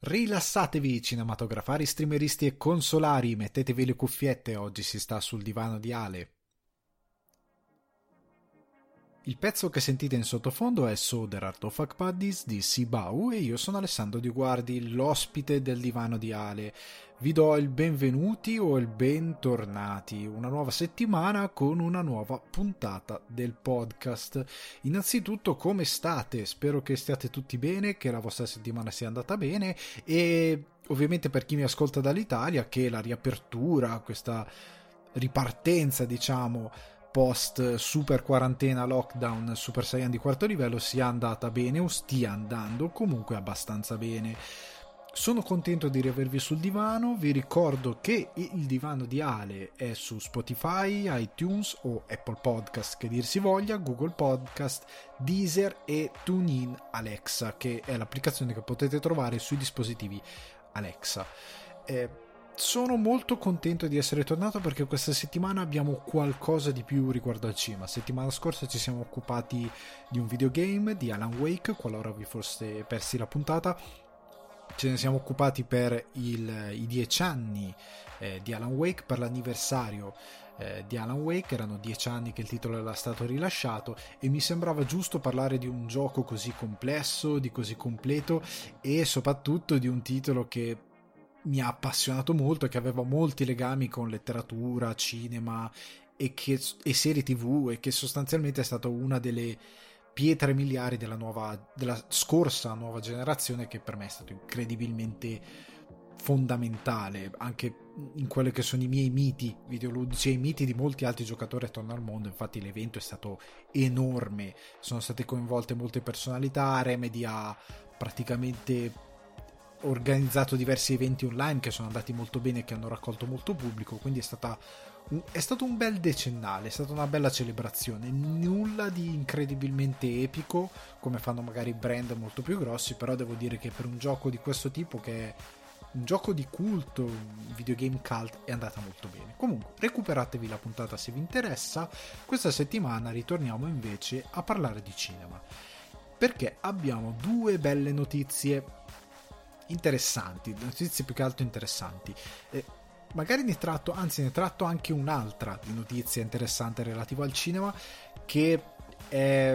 Rilassatevi cinematografari, streameristi e consolari, mettetevi le cuffiette, oggi si sta sul divano di Ale. Il pezzo che sentite in sottofondo è So There Are No Fuck Buddies di Sibau e io sono Alessandro Di Guardi, l'ospite del divano di Ale. Vi do il benvenuti o il bentornati, una nuova settimana con una nuova puntata del podcast. Innanzitutto come state? Spero che stiate tutti bene, che la vostra settimana sia andata bene e ovviamente per chi mi ascolta dall'Italia che la riapertura, questa ripartenza diciamo post super quarantena lockdown Super Saiyan di quarto livello sia andata bene o stia andando comunque abbastanza bene. Sono contento di riavervi sul divano. Vi ricordo che il divano di Ale è su Spotify, iTunes o Apple Podcast che dir si voglia, Google Podcast, Deezer e TuneIn Alexa, che è l'applicazione che potete trovare sui dispositivi Alexa. Sono molto contento di essere tornato perché questa settimana abbiamo qualcosa di più riguardo al cinema. Settimana scorsa ci siamo occupati di un videogame di Alan Wake, qualora vi foste persi la puntata. Ce ne siamo occupati per i 10 anni di Alan Wake, per l'anniversario di Alan Wake. Erano 10 anni che il titolo era stato rilasciato e mi sembrava giusto parlare di un gioco così complesso, di così completo e soprattutto di un titolo che mi ha appassionato molto e che aveva molti legami con letteratura, cinema e serie TV e che sostanzialmente è stata una delle pietre miliari della scorsa nuova generazione, che per me è stato incredibilmente fondamentale anche in quelli che sono i miei miti videoludici e i miti di molti altri giocatori attorno al mondo. Infatti l'evento è stato enorme, sono state coinvolte molte personalità, Remedy ha praticamente organizzato diversi eventi online che sono andati molto bene e che hanno raccolto molto pubblico, quindi è stato un bel decennale, è stata una bella celebrazione, nulla di incredibilmente epico come fanno magari brand molto più grossi, però devo dire che per un gioco di questo tipo, che è un gioco di culto, un videogame cult, è andata molto bene. Comunque recuperatevi la puntata se vi interessa. Questa settimana ritorniamo invece a parlare di cinema perché abbiamo due belle notizie interessanti, notizie più che altro interessanti. Magari ne tratto anche un'altra di notizia interessante relativa al cinema che è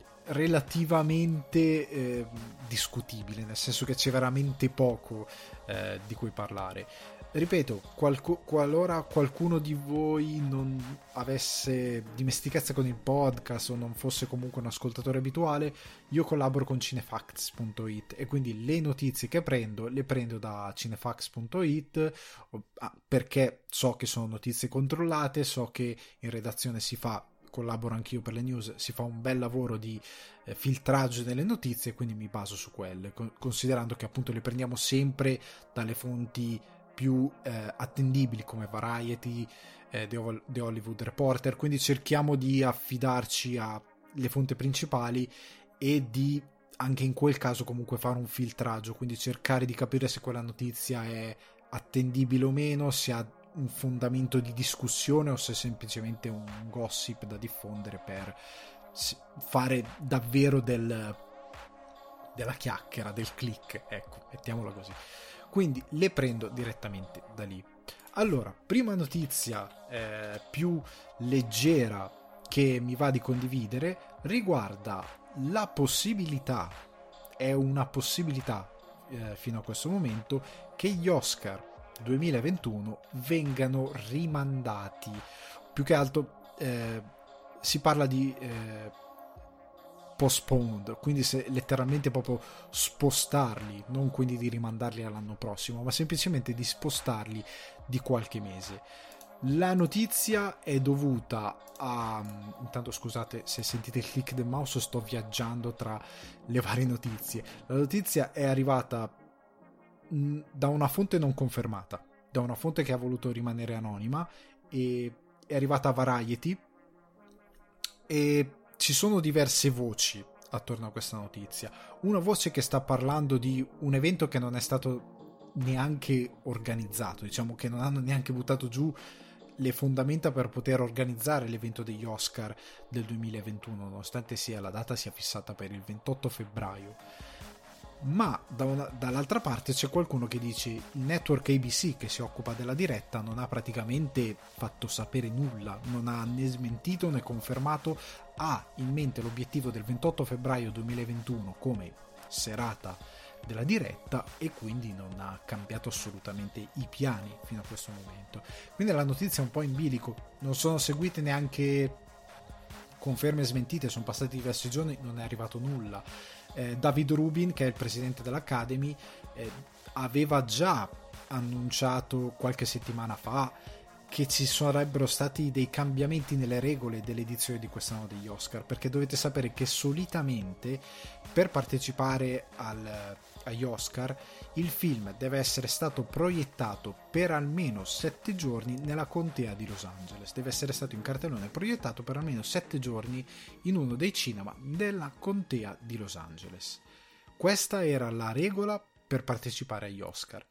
relativamente discutibile, nel senso che c'è veramente poco di cui parlare. Ripeto, qualora qualcuno di voi non avesse dimestichezza con il podcast o non fosse comunque un ascoltatore abituale, io collaboro con Cinefax.it e quindi le notizie che le prendo da Cinefax.it perché so che sono notizie controllate, so che in redazione collaboro anch'io per le news, si fa un bel lavoro di filtraggio delle notizie, quindi mi baso su quelle, considerando che appunto le prendiamo sempre dalle fonti più attendibili come Variety, The Hollywood Reporter, quindi cerchiamo di affidarci alle fonti principali e di anche in quel caso comunque fare un filtraggio, quindi cercare di capire se quella notizia è attendibile o meno, se ha un fondamento di discussione o se è semplicemente un gossip da diffondere per fare davvero della chiacchiera, del click, ecco, mettiamola così. Quindi le prendo direttamente da lì. Allora, prima notizia più leggera che mi va di condividere riguarda la possibilità, è una possibilità fino a questo momento, che gli Oscar 2021 vengano rimandati. Più che altro si parla di postponed, quindi se letteralmente proprio spostarli, non quindi di rimandarli all'anno prossimo, ma semplicemente di spostarli di qualche mese. La notizia è dovuta a... Intanto scusate se sentite il click del mouse, sto viaggiando tra le varie notizie. La notizia è arrivata da una fonte non confermata, da una fonte che ha voluto rimanere anonima, e è arrivata a Variety e ci sono diverse voci attorno a questa notizia. Una voce che sta parlando di un evento che non è stato neanche organizzato, diciamo che non hanno neanche buttato giù le fondamenta per poter organizzare l'evento degli Oscar del 2021, nonostante la data sia fissata per il 28 febbraio. ma dall'altra parte c'è qualcuno che dice il network ABC che si occupa della diretta non ha praticamente fatto sapere nulla, non ha né smentito né confermato, ha in mente l'obiettivo del 28 febbraio 2021 come serata della diretta e quindi non ha cambiato assolutamente i piani fino a questo momento. Quindi la notizia è un po' in bilico, non sono seguite neanche conferme e smentite, sono passati diversi giorni, non è arrivato nulla. David Rubin, che è il presidente dell'Academy, aveva già annunciato qualche settimana fa che ci sarebbero stati dei cambiamenti nelle regole dell'edizione di quest'anno degli Oscar, perché dovete sapere che solitamente per partecipare agli Oscar il film deve essere stato proiettato per almeno 7 giorni nella contea di Los Angeles, deve essere stato in cartellone proiettato per almeno 7 giorni in uno dei cinema della contea di Los Angeles. Questa era la regola per partecipare agli Oscar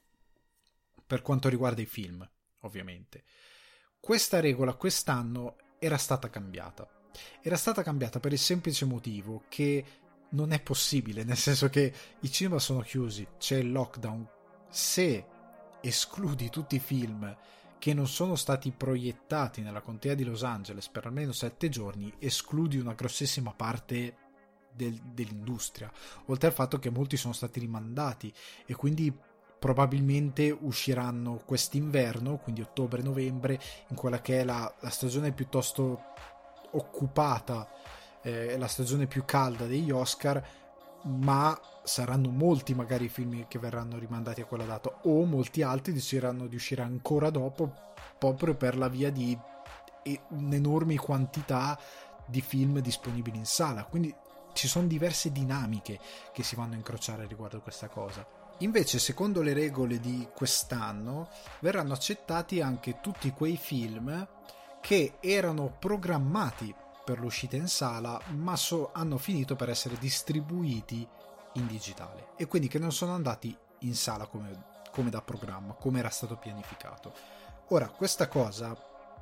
per quanto riguarda i film, ovviamente. Questa regola quest'anno era stata cambiata per il semplice motivo che non è possibile, nel senso che i cinema sono chiusi, c'è il lockdown. Se escludi tutti i film che non sono stati proiettati nella contea di Los Angeles per almeno 7 giorni, escludi una grossissima parte dell'industria, oltre al fatto che molti sono stati rimandati e quindi probabilmente usciranno quest'inverno, quindi ottobre-novembre, in quella che è la stagione piuttosto occupata, la stagione più calda degli Oscar, ma saranno molti magari i film che verranno rimandati a quella data, o molti altri decideranno di uscire ancora dopo, proprio per la via di un'enorme quantità di film disponibili in sala. Quindi ci sono diverse dinamiche che si vanno a incrociare riguardo a questa cosa. Invece, secondo le regole di quest'anno, verranno accettati anche tutti quei film che erano programmati per l'uscita in sala, ma hanno finito per essere distribuiti in digitale e quindi che non sono andati in sala come da programma, come era stato pianificato. Ora, questa cosa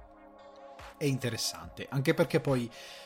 è interessante, anche perché poi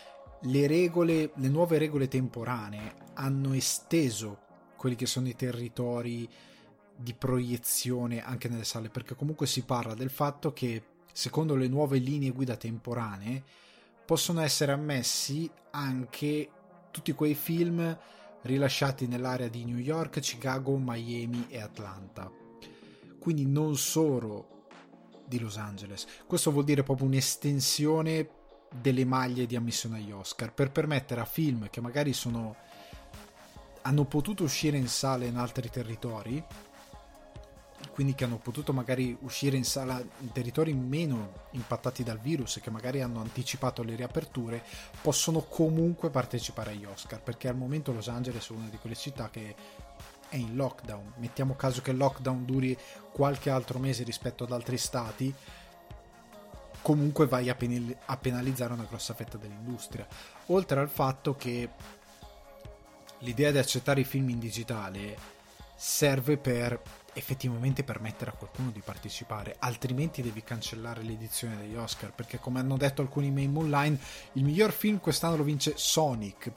le nuove regole temporanee hanno esteso quelli che sono i territori di proiezione anche nelle sale, perché comunque si parla del fatto che secondo le nuove linee guida temporanee possono essere ammessi anche tutti quei film rilasciati nell'area di New York, Chicago, Miami e Atlanta, quindi non solo di Los Angeles. Questo vuol dire proprio un'estensione delle maglie di ammissione agli Oscar per permettere a film che magari hanno potuto uscire in sala in altri territori, quindi che hanno potuto magari uscire in sala in territori meno impattati dal virus e che magari hanno anticipato le riaperture, possono comunque partecipare agli Oscar, perché al momento Los Angeles è una di quelle città che è in lockdown. Mettiamo caso che il lockdown duri qualche altro mese rispetto ad altri stati, comunque vai a penalizzare una grossa fetta dell'industria, oltre al fatto che l'idea di accettare i film in digitale serve per effettivamente permettere a qualcuno di partecipare, altrimenti devi cancellare l'edizione degli Oscar, perché come hanno detto alcuni meme online, il miglior film quest'anno lo vince Sonic,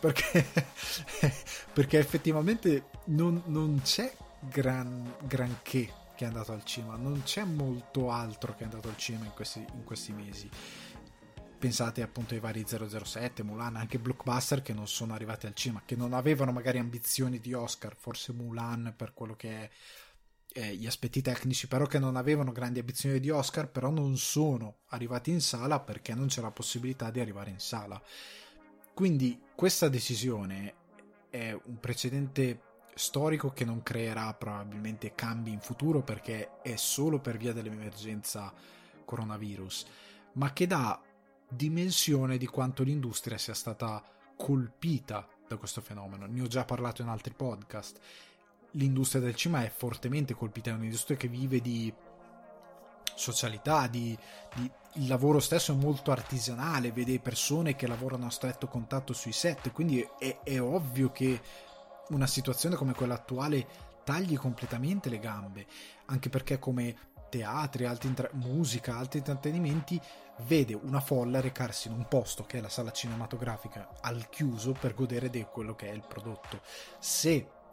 perché effettivamente non c'è granché che è andato al cinema, non c'è molto altro che è andato al cinema in questi mesi. Pensate appunto ai vari 007, Mulan, anche blockbuster che non sono arrivati al cinema, che non avevano magari ambizioni di Oscar, forse Mulan per quello che è gli aspetti tecnici, però che non avevano grandi ambizioni di Oscar, però non sono arrivati in sala perché non c'è la possibilità di arrivare in sala. Quindi questa decisione è un precedente storico che non creerà probabilmente cambi in futuro, perché è solo per via dell'emergenza coronavirus, ma che dà dimensione di quanto l'industria sia stata colpita da questo fenomeno. Ne ho già parlato in altri podcast. L'industria del cinema è fortemente colpita, è un'industria che vive di socialità, il lavoro stesso è molto artigianale, vede persone che lavorano a stretto contatto sui set, quindi è ovvio che una situazione come quella attuale tagli completamente le gambe, anche perché come teatri, musica, altri intrattenimenti, vede una folla recarsi in un posto che è la sala cinematografica al chiuso per godere di quello che è il prodotto. Se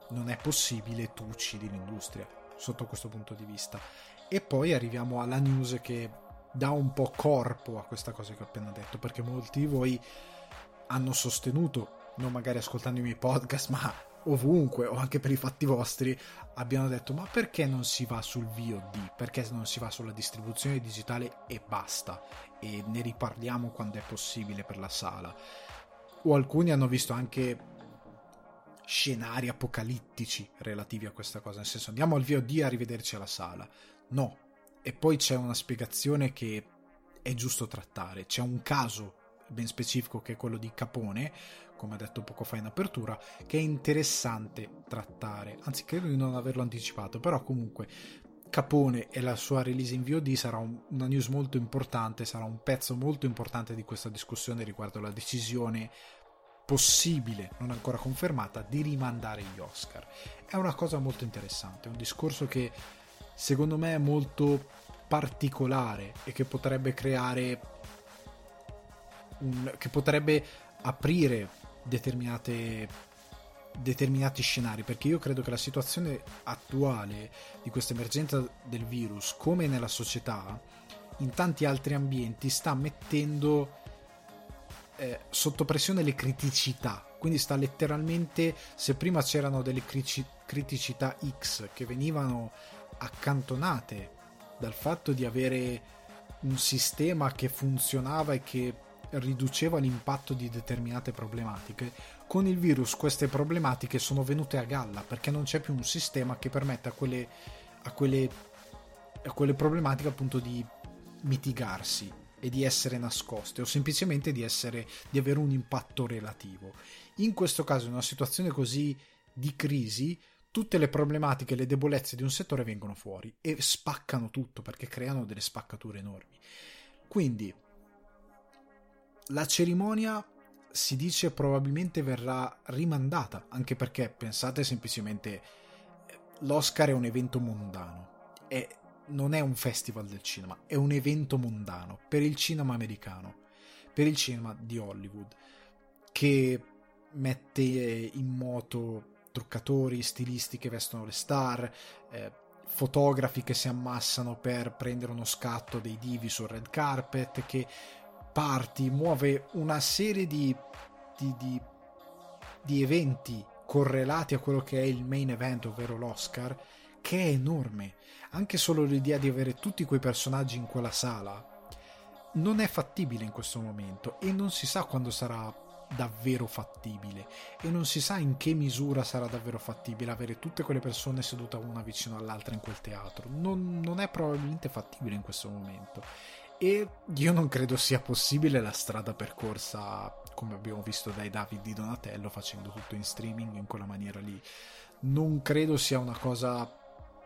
non è possibile, tu uccidi l'industria sotto questo punto di vista. E poi arriviamo alla news che dà un po' corpo a questa cosa che ho appena detto, perché molti di voi hanno sostenuto, non magari ascoltando i miei podcast, ma ovunque o anche per i fatti vostri, abbiano detto: ma perché non si va sul VOD, perché non si va sulla distribuzione digitale e basta, e ne riparliamo quando è possibile per la sala. O alcuni hanno visto anche scenari apocalittici relativi a questa cosa, nel senso, andiamo al VOD a rivederci alla sala. No. E poi c'è una spiegazione che è giusto trattare. C'è un caso ben specifico che è quello di Capone, come ha detto poco fa in apertura, che è interessante trattare, anzi credo di non averlo anticipato, però comunque Capone e la sua release in VOD sarà una news molto importante, sarà un pezzo molto importante di questa discussione riguardo la decisione possibile, non ancora confermata, di rimandare gli Oscar. È una cosa molto interessante, è un discorso che secondo me è molto particolare e che potrebbe creare che potrebbe aprire determinati scenari, perché io credo che la situazione attuale di questa emergenza del virus, come nella società, in tanti altri ambienti sta mettendo sotto pressione le criticità, quindi sta letteralmente, se prima c'erano delle criticità X che venivano accantonate dal fatto di avere un sistema che funzionava e che riduceva l'impatto di determinate problematiche, con il virus queste problematiche sono venute a galla, perché non c'è più un sistema che permetta a quelle problematiche appunto di mitigarsi e di essere nascoste, o semplicemente di avere un impatto relativo. In questo caso, in una situazione così di crisi, tutte le problematiche e le debolezze di un settore vengono fuori e spaccano tutto, perché creano delle spaccature enormi. Quindi la cerimonia, si dice, probabilmente verrà rimandata, anche perché pensate semplicemente, l'Oscar è un evento mondano, non è un festival del cinema, è un evento mondano per il cinema americano, per il cinema di Hollywood, che mette in moto truccatori, stilisti che vestono le star, fotografi che si ammassano per prendere uno scatto dei divi sul red carpet, che muove una serie di eventi correlati a quello che è il main event, ovvero l'Oscar, che è enorme. Anche solo l'idea di avere tutti quei personaggi in quella sala non è fattibile in questo momento, e non si sa quando sarà davvero fattibile, e non si sa in che misura sarà davvero fattibile avere tutte quelle persone sedute una vicino all'altra in quel teatro. Non è probabilmente fattibile in questo momento, e io non credo sia possibile la strada percorsa come abbiamo visto dai David di Donatello, facendo tutto in streaming in quella maniera lì. Non credo sia una cosa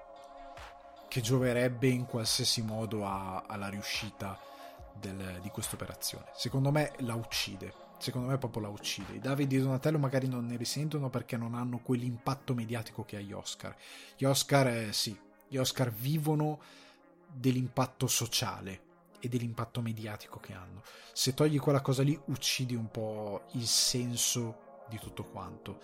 che gioverebbe in qualsiasi modo alla riuscita di questa operazione. Secondo me la uccide, secondo me proprio la uccide. I David di Donatello magari non ne risentono perché non hanno quell'impatto mediatico che ha gli Oscar. Gli Oscar gli Oscar vivono dell'impatto sociale e dell'impatto mediatico che hanno. Se togli quella cosa lì, uccidi un po' il senso di tutto quanto.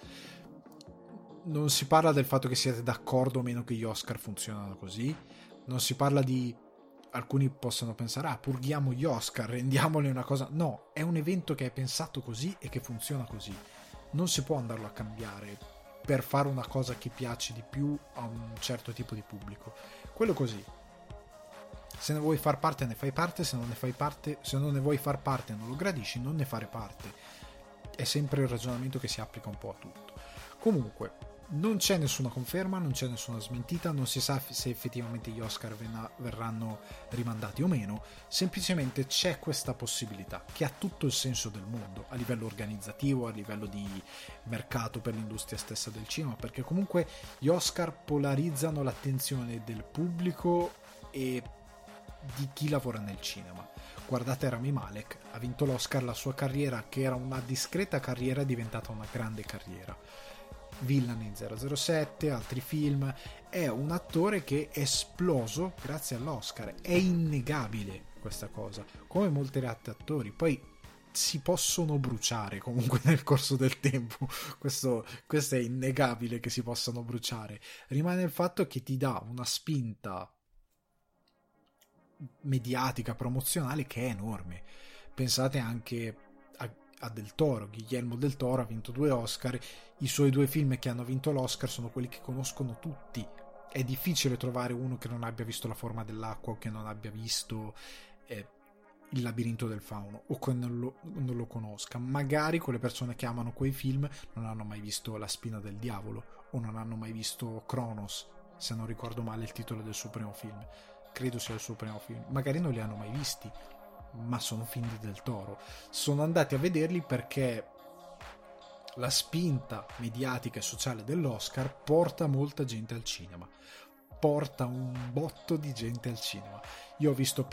Non si parla del fatto che siete d'accordo o meno che gli Oscar funzionano così, non si parla di, alcuni possono pensare, purghiamo gli Oscar, rendiamoli una cosa. No, è un evento che è pensato così e che funziona così, non si può andarlo a cambiare per fare una cosa che piace di più a un certo tipo di pubblico. Quello così, se ne vuoi far parte ne fai parte, se non ne vuoi far parte e non lo gradisci, non ne fare parte. È sempre il ragionamento che si applica un po' a tutto. Comunque non c'è nessuna conferma, non c'è nessuna smentita, non si sa se effettivamente gli Oscar verranno rimandati o meno, semplicemente c'è questa possibilità che ha tutto il senso del mondo a livello organizzativo, a livello di mercato per l'industria stessa del cinema, perché comunque gli Oscar polarizzano l'attenzione del pubblico e di chi lavora nel cinema. Guardate Rami Malek, ha vinto l'Oscar, la sua carriera, che era una discreta carriera, è diventata una grande carriera. Villain in 007, altri film, è un attore che è esploso grazie all'Oscar, è innegabile questa cosa, come molti altri attori. Poi si possono bruciare comunque nel corso del tempo. Questo è innegabile, che si possano bruciare. Rimane il fatto che ti dà una spinta mediatica, promozionale, che è enorme. Pensate anche a Del Toro. Guillermo del Toro ha vinto 2 Oscar. I suoi 2 film che hanno vinto l'Oscar sono quelli che conoscono tutti. È difficile trovare uno che non abbia visto La forma dell'acqua, o che non abbia visto Il labirinto del fauno, o che non lo conosca. Magari quelle persone che amano quei film non hanno mai visto La spina del diavolo, o non hanno mai visto Cronos, se non ricordo male il titolo del suo primo film. Credo sia il suo primo film. Magari non li hanno mai visti, ma sono film di Del Toro. Sono andati a vederli perché la spinta mediatica e sociale dell'Oscar porta molta gente al cinema, porta un botto di gente al cinema. Io ho visto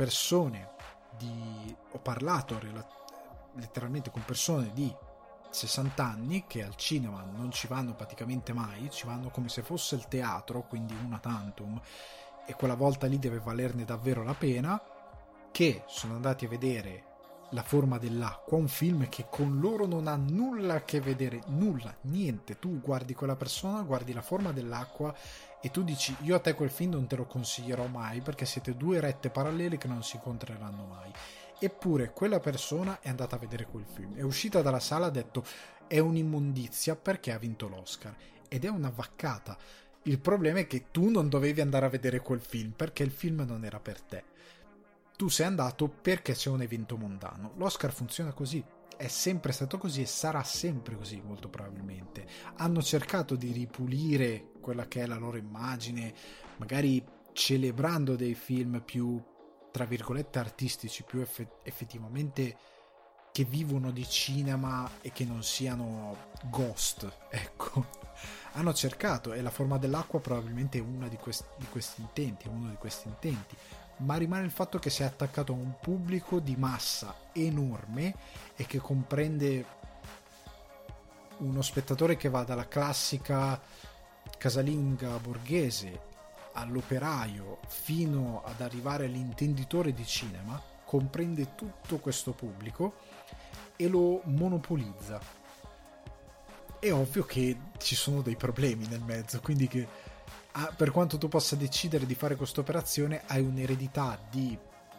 ho parlato letteralmente con persone di 60 anni che al cinema non ci vanno praticamente mai, ci vanno come se fosse il teatro, quindi una tantum, e quella volta lì deve valerne davvero la pena, che sono andati a vedere La forma dell'acqua, un film che con loro non ha nulla a che vedere, nulla, niente. Tu guardi quella persona, guardi La forma dell'acqua e tu dici: io a te quel film non te lo consiglierò mai, perché siete 2 rette parallele che non si incontreranno mai. Eppure quella persona è andata a vedere quel film, è uscita dalla sala, ha detto: è un'immondizia perché ha vinto l'Oscar. Ed è una vaccata. Il problema è che tu non dovevi andare a vedere quel film, perché il film non era per te. Tu sei andato perché c'è un evento mondano. L'Oscar funziona così, è sempre stato così e sarà sempre così, molto probabilmente. Hanno cercato di ripulire quella che è la loro immagine, magari celebrando dei film più, tra virgolette, artistici, più effettivamente che vivono di cinema e che non siano Ghost, ecco. Hanno cercato, e La forma dell'acqua probabilmente è uno di questi intenti, ma rimane il fatto che si è attaccato a un pubblico di massa enorme e che comprende uno spettatore che va dalla classica casalinga borghese all'operaio fino ad arrivare all'intenditore di cinema, comprende tutto questo pubblico e lo monopolizza. È ovvio che ci sono dei problemi nel mezzo, quindi che per quanto tu possa decidere di fare questa operazione, hai un'eredità di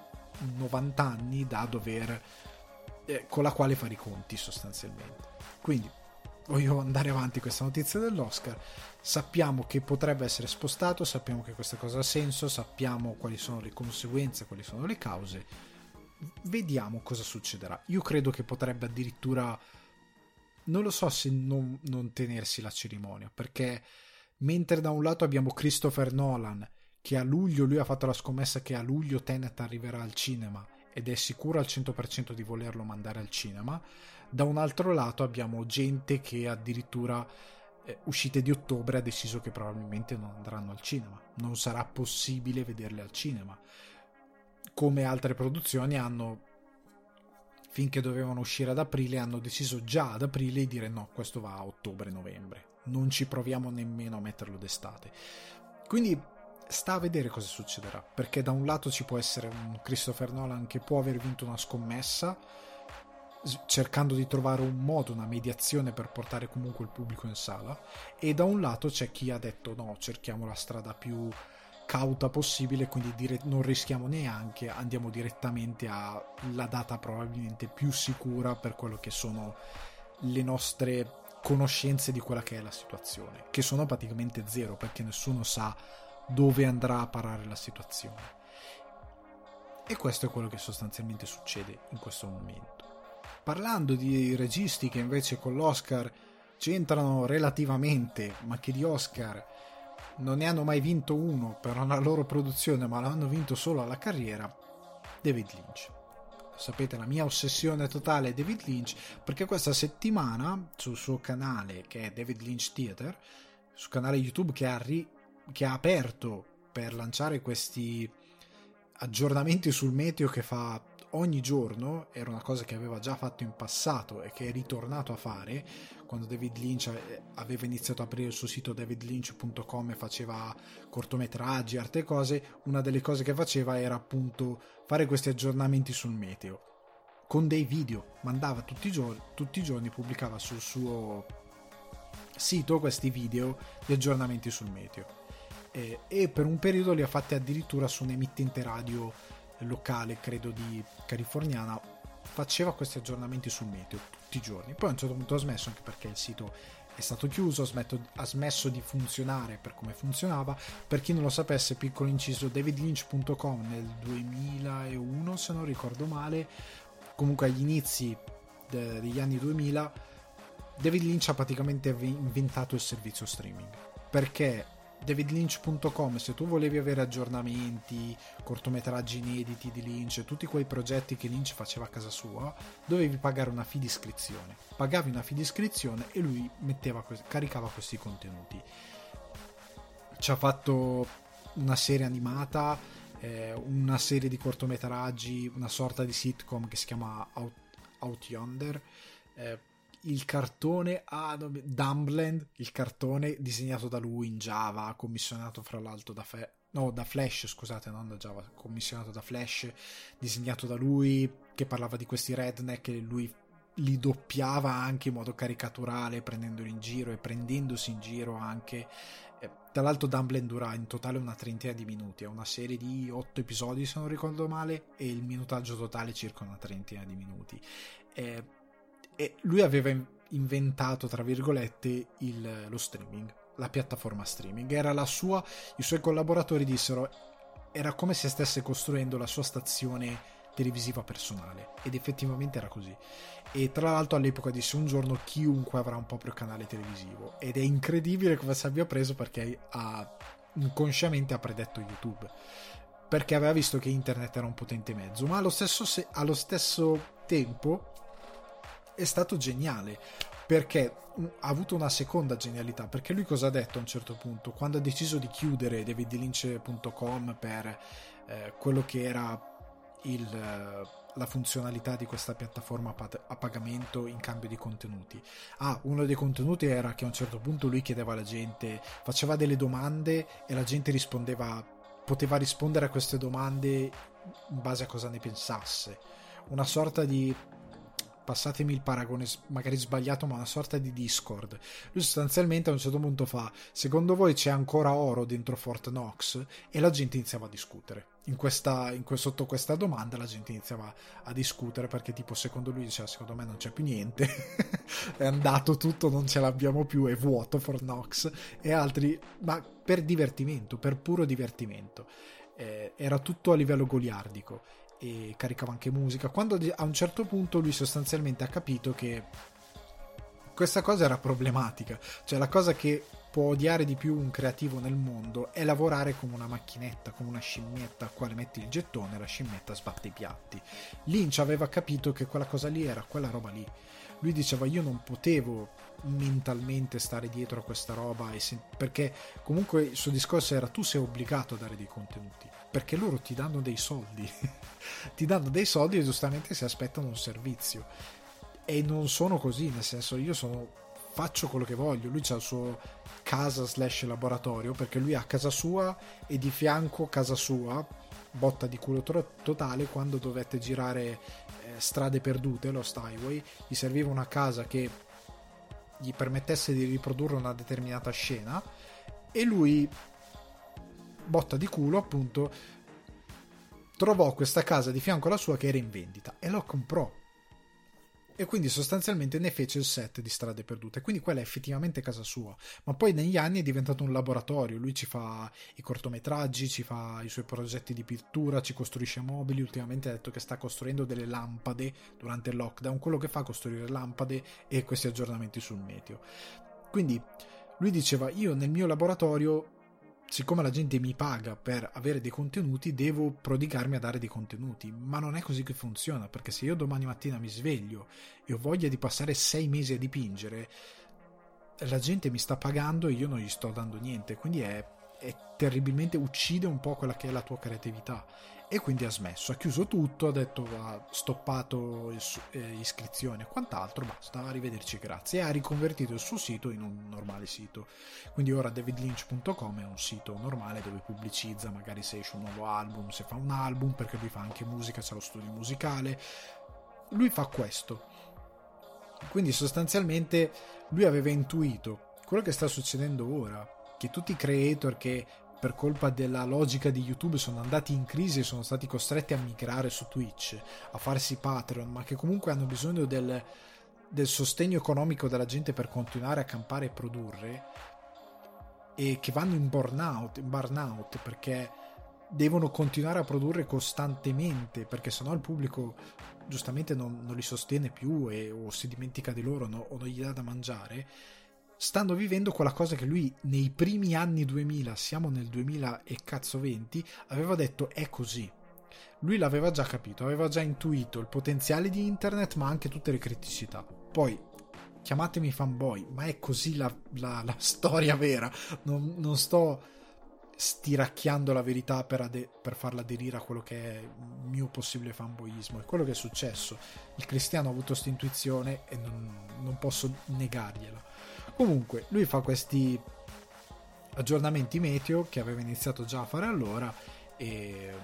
90 anni da dover con la quale fare i conti sostanzialmente. Quindi voglio andare avanti questa notizia dell'Oscar. Sappiamo che potrebbe essere spostato, sappiamo che questa cosa ha senso, sappiamo quali sono le conseguenze, quali sono le cause. Vediamo cosa succederà. Io credo che potrebbe addirittura, non lo so se non tenersi la cerimonia, perché mentre da un lato abbiamo Christopher Nolan che a luglio, lui ha fatto la scommessa che a luglio Tenet arriverà al cinema ed è sicuro al 100% di volerlo mandare al cinema, da un altro lato abbiamo gente che addirittura uscite di ottobre ha deciso che probabilmente non andranno al cinema, non sarà possibile vederle al cinema, come altre produzioni hanno, finché dovevano uscire ad aprile, hanno deciso già ad aprile di dire no, questo va a ottobre-novembre, non ci proviamo nemmeno a metterlo d'estate. Quindi sta a vedere cosa succederà, perché da un lato ci può essere un Christopher Nolan che può aver vinto una scommessa cercando di trovare un modo, una mediazione per portare comunque il pubblico in sala, e da un lato c'è chi ha detto no, cerchiamo la strada più cauta possibile, quindi non rischiamo neanche, andiamo direttamente alla data probabilmente più sicura per quello che sono le nostre conoscenze di quella che è la situazione, che sono praticamente zero, perché nessuno sa dove andrà a parare la situazione. E questo è quello che sostanzialmente succede in questo momento. Parlando di registi che invece con l'Oscar c'entrano relativamente, ma che di Oscar non ne hanno mai vinto uno per una loro produzione, ma l'hanno vinto solo alla carriera, David Lynch. Sapete, la mia ossessione totale è David Lynch, perché questa settimana sul suo canale, che è David Lynch Theater, sul canale YouTube che ha aperto per lanciare questi aggiornamenti sul meteo che fa ogni giorno, era una cosa che aveva già fatto in passato e che è ritornato a fare quando David Lynch aveva iniziato a aprire il suo sito davidlynch.com e faceva cortometraggi, altre cose. Una delle cose che faceva era appunto fare questi aggiornamenti sul meteo con dei video, mandava tutti i giorni, pubblicava sul suo sito questi video di aggiornamenti sul meteo, e per un periodo li ha fatti addirittura su un'emittente radio locale, credo di californiana. Faceva questi aggiornamenti sul meteo tutti i giorni, poi a un certo punto ha smesso, anche perché il sito è stato chiuso, ha smesso di funzionare per come funzionava. Per chi non lo sapesse, piccolo inciso, davidlynch.com nel 2001, se non ricordo male, comunque agli inizi degli anni 2000, David Lynch ha praticamente inventato il servizio streaming, perché davidlynch.com, se tu volevi avere aggiornamenti, cortometraggi inediti di Lynch, tutti quei progetti che Lynch faceva a casa sua, dovevi pagare una fee di iscrizione. Pagavi una fee di iscrizione e lui caricava questi contenuti. Ci ha fatto una serie animata, una serie di cortometraggi, una sorta di sitcom che si chiama Out Yonder, il cartone Dumbland, il cartone disegnato da lui in Java, commissionato fra l'altro da Flash, scusate, non da Java, commissionato da Flash, disegnato da lui, che parlava di questi redneck, e lui li doppiava anche in modo caricaturale, prendendoli in giro e prendendosi in giro anche. Tra l'altro Dumbland dura in totale una trentina di minuti, è una serie di 8 episodi se non ricordo male, e il minutaggio totale circa una trentina di minuti. E lui aveva inventato, tra virgolette, lo streaming, la piattaforma streaming. I suoi collaboratori dissero era come se stesse costruendo la sua stazione televisiva personale, ed effettivamente era così. E tra l'altro all'epoca disse: un giorno chiunque avrà un proprio canale televisivo, ed è incredibile come si abbia preso, perché inconsciamente ha predetto YouTube, perché aveva visto che internet era un potente mezzo, ma allo stesso tempo è stato geniale, perché ha avuto una seconda genialità. Perché lui cosa ha detto a un certo punto, quando ha deciso di chiudere davidlynch.com per quello che era la funzionalità di questa piattaforma a pagamento in cambio di contenuti? Uno dei contenuti era che a un certo punto lui chiedeva alla gente, faceva delle domande e la gente poteva rispondere a queste domande in base a cosa ne pensasse, una sorta di, passatemi il paragone magari sbagliato, ma una sorta di Discord. Lui sostanzialmente a un certo punto fa: secondo voi c'è ancora oro dentro Fort Knox? E la gente iniziava a discutere sotto questa domanda. La gente iniziava a discutere, perché tipo secondo lui diceva: secondo me non c'è più niente, è andato tutto, non ce l'abbiamo più, è vuoto Fort Knox. E altri, ma per divertimento, per puro divertimento, era tutto a livello goliardico, e caricava anche musica. Quando a un certo punto lui sostanzialmente ha capito che questa cosa era problematica, cioè la cosa che può odiare di più un creativo nel mondo è lavorare come una macchinetta, come una scimmietta, a quale metti il gettone e la scimmietta sbatte i piatti. Lynch aveva capito che quella cosa lì era quella roba lì. Lui diceva: io non potevo mentalmente stare dietro a questa roba, perché comunque il suo discorso era: tu sei obbligato a dare dei contenuti, perché loro ti danno dei soldi ti danno dei soldi e giustamente si aspettano un servizio. E non sono così, nel senso, faccio quello che voglio. Lui c'ha il suo casa / laboratorio, perché lui ha casa sua e di fianco casa sua, botta di culo totale, quando dovette girare Strade Perdute, Lost Highway, gli serviva una casa che gli permettesse di riprodurre una determinata scena, e lui, botta di culo appunto, trovò questa casa di fianco alla sua che era in vendita e lo comprò, e quindi sostanzialmente ne fece il set di Strade Perdute. Quindi quella è effettivamente casa sua, ma poi negli anni è diventato un laboratorio. Lui ci fa i cortometraggi, ci fa i suoi progetti di pittura, ci costruisce mobili. Ultimamente ha detto che sta costruendo delle lampade durante il lockdown. Quello che fa è costruire lampade e questi aggiornamenti sul meteo. Quindi lui diceva: io nel mio laboratorio, siccome la gente mi paga per avere dei contenuti, devo prodigarmi a dare dei contenuti. Ma non è così che funziona, perché se io domani mattina mi sveglio e ho voglia di passare 6 mesi a dipingere, la gente mi sta pagando e io non gli sto dando niente. Quindi è terribilmente, uccide un po' quella che è la tua creatività. E quindi ha smesso, ha chiuso tutto, ha detto, ha stoppato iscrizioni e quant'altro, basta, arrivederci, grazie, e ha riconvertito il suo sito in un normale sito. Quindi ora davidlynch.com è un sito normale dove pubblicizza magari se esce un nuovo album, se fa un album, perché lui fa anche musica, c'è lo studio musicale. lui fa questo. Quindi sostanzialmente lui aveva intuito quello che sta succedendo ora, che tutti i creator che per colpa della logica di YouTube sono andati in crisi e sono stati costretti a migrare su Twitch, a farsi Patreon, ma che comunque hanno bisogno del sostegno economico della gente per continuare a campare e produrre, e che vanno in burnout perché devono continuare a produrre costantemente, perché sennò il pubblico giustamente non li sostiene più o si dimentica di loro, o non gli dà da mangiare. Stanno vivendo quella cosa che lui nei primi anni 2000, siamo nel 2020, aveva detto è così. Lui l'aveva già capito, aveva già intuito il potenziale di internet, ma anche tutte le criticità. Poi chiamatemi fanboy, ma è così la storia vera. Non sto stiracchiando la verità per farla aderire a quello che è il mio possibile fanboyismo. È quello che è successo. Il Cristiano ha avuto questa intuizione e non posso negargliela. Comunque lui fa questi aggiornamenti meteo che aveva iniziato già a fare allora, e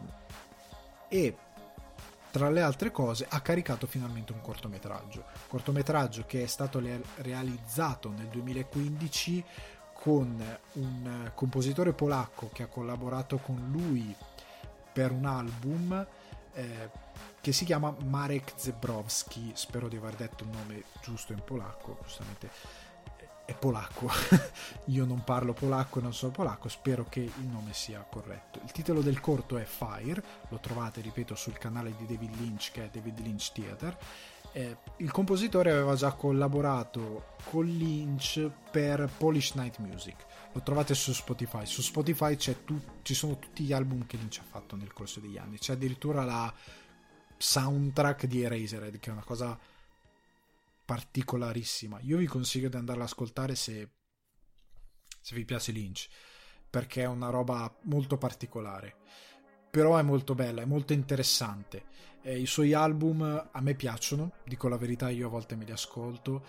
tra le altre cose ha caricato finalmente un cortometraggio che è stato realizzato nel 2015 con un compositore polacco che ha collaborato con lui per un album che si chiama Marek Zebrowski. Spero di aver detto il nome giusto in polacco, giustamente è polacco. Io non parlo polacco e non sono polacco, spero che il nome sia corretto. Il titolo del corto è Fire, lo trovate, ripeto, sul canale di David Lynch, che è David Lynch Theater. Il compositore aveva già collaborato con Lynch per Polish Night Music, lo trovate su Spotify. Su Spotify ci sono tutti gli album che Lynch ha fatto nel corso degli anni, c'è addirittura la soundtrack di Eraserhead, che è una cosa particolarissima. Io vi consiglio di andarla ad ascoltare se vi piace Lynch, perché è una roba molto particolare, però è molto bella, è molto interessante. I suoi album a me piacciono, dico la verità, io a volte me li ascolto,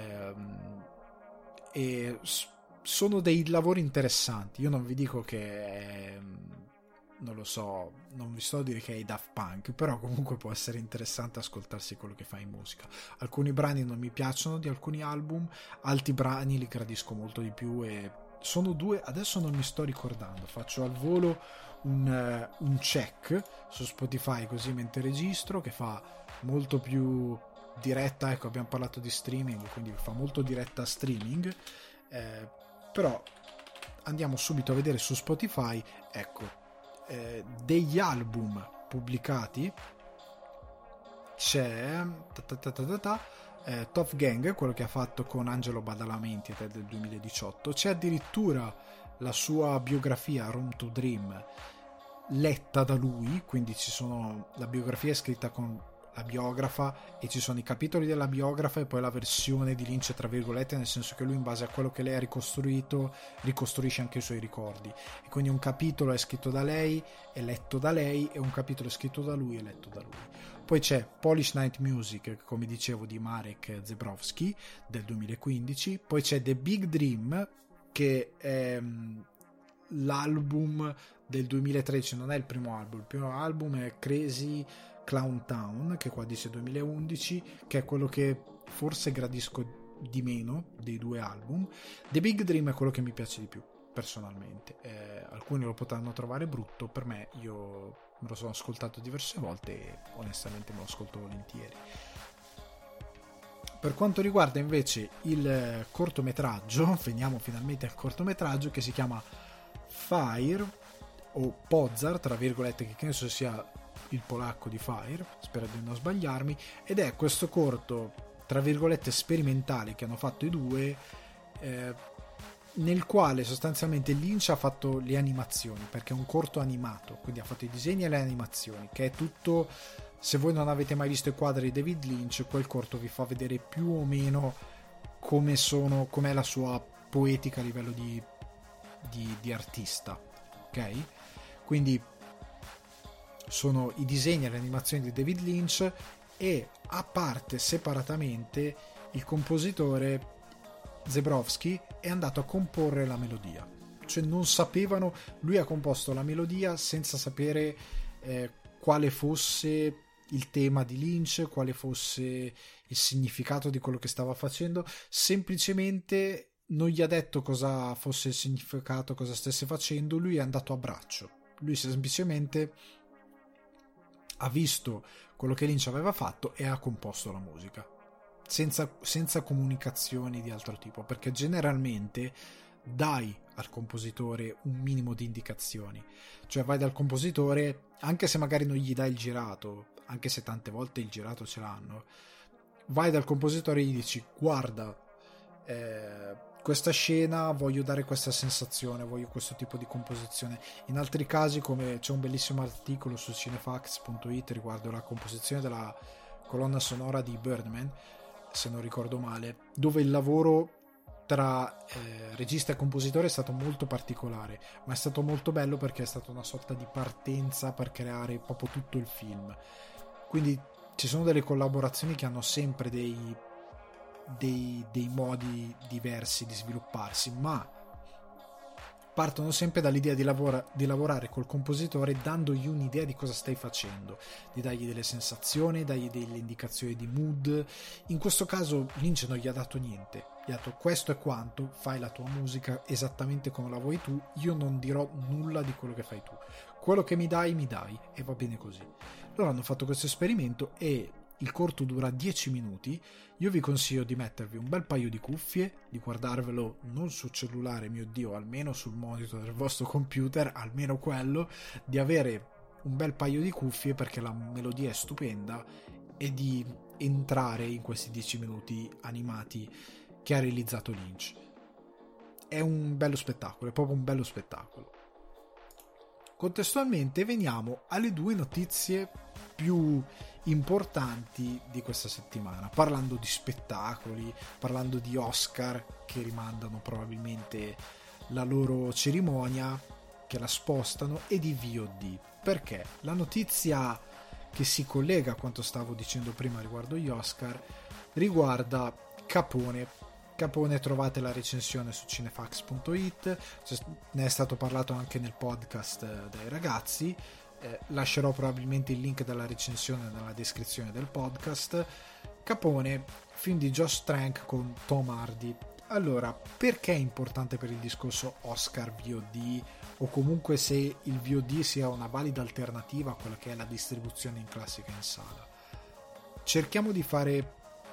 e sono dei lavori interessanti. Io non vi dico che non lo so, non vi sto a dire che è i Daft Punk, però comunque può essere interessante ascoltarsi quello che fa in musica. Alcuni brani non mi piacciono di alcuni album, altri brani li gradisco molto di più, e sono due, adesso non mi sto ricordando, faccio al volo un check su Spotify così mentre registro, che fa molto più diretta, ecco, abbiamo parlato di streaming, quindi fa molto diretta streaming, però andiamo subito a vedere su Spotify, ecco, degli album pubblicati. C'è Tough Gang, quello che ha fatto con Angelo Badalamenti, del 2018. C'è addirittura la sua biografia Room to Dream letta da lui, quindi la biografia è scritta con la biografa e ci sono i capitoli della biografa e poi la versione di Lynch, tra virgolette, nel senso che lui, in base a quello che lei ha ricostruito, ricostruisce anche i suoi ricordi, e quindi un capitolo è scritto da lei, è letto da lei, e un capitolo è scritto da lui e letto da lui. Poi c'è Polish Night Music, come dicevo, di Marek Zebrowski del 2015. Poi c'è The Big Dream, che è l'album del 2013, non è il primo album è Crazy Clown Town, che qua dice 2011, che è quello che forse gradisco di meno dei due album. The Big Dream è quello che mi piace di più personalmente, alcuni lo potranno trovare brutto, per me, io me lo sono ascoltato diverse volte e onestamente me lo ascolto volentieri. Per quanto riguarda invece il cortometraggio, veniamo finalmente al cortometraggio, che si chiama Fire o Pozar, tra virgolette, che penso sia il polacco di Fire, spero di non sbagliarmi, ed è questo corto, tra virgolette, sperimentale che hanno fatto i due, nel quale sostanzialmente Lynch ha fatto le animazioni, perché è un corto animato, quindi ha fatto i disegni e le animazioni, che è tutto. Se voi non avete mai visto i quadri di David Lynch, quel corto vi fa vedere più o meno com'è la sua poetica a livello di artista, ok? Quindi sono i disegni e le animazioni di David Lynch, e a parte, separatamente, il compositore Zebrowski è andato a comporre la melodia, cioè non sapevano, lui ha composto la melodia senza sapere quale fosse il tema di Lynch, quale fosse il significato di quello che stava facendo, semplicemente non gli ha detto cosa fosse il significato, cosa stesse facendo, lui è andato a braccio, lui semplicemente ha visto quello che Lynch aveva fatto e ha composto la musica, senza comunicazioni di altro tipo, perché generalmente dai al compositore un minimo di indicazioni, cioè vai dal compositore, anche se magari non gli dai il girato, anche se tante volte il girato ce l'hanno, vai dal compositore e gli dici: guarda, questa scena voglio dare questa sensazione, voglio questo tipo di composizione. In altri casi, come c'è un bellissimo articolo su cinefax.it riguardo la composizione della colonna sonora di Birdman, se non ricordo male, dove il lavoro tra regista e compositore è stato molto particolare, ma è stato molto bello perché è stata una sorta di partenza per creare proprio tutto il film. Quindi ci sono delle collaborazioni che hanno sempre dei modi diversi di svilupparsi, ma partono sempre dall'idea di lavorare col compositore, dandogli un'idea di cosa stai facendo, di dargli delle sensazioni, dargli delle indicazioni di mood. In questo caso Lynch non gli ha dato niente, gli ha detto: questo è quanto, fai la tua musica esattamente come la vuoi tu, io non dirò nulla di quello che fai tu, quello che mi dai e va bene così. Loro hanno fatto questo esperimento e il corto dura 10 minuti. Io vi consiglio di mettervi un bel paio di cuffie, di guardarvelo non sul cellulare, mio Dio, almeno sul monitor del vostro computer, almeno quello, di avere un bel paio di cuffie perché la melodia è stupenda, e di entrare in questi 10 minuti animati che ha realizzato Lynch. È un bello spettacolo, è proprio un bello spettacolo. Contestualmente veniamo alle due notizie più importanti di questa settimana, parlando di spettacoli, parlando di Oscar che rimandano probabilmente la loro cerimonia, che la spostano, e di VOD. Perché la notizia che si collega a quanto stavo dicendo prima riguardo gli Oscar riguarda Capone. Trovate la recensione su cinefax.it, ne è stato parlato anche nel podcast dai ragazzi. Lascerò probabilmente il link della recensione nella descrizione del podcast. Capone, film di Josh Trank con Tom Hardy. Allora, perché è importante per il discorso Oscar VOD, o comunque se il VOD sia una valida alternativa a quella che è la distribuzione in classica in sala? Cerchiamo di fare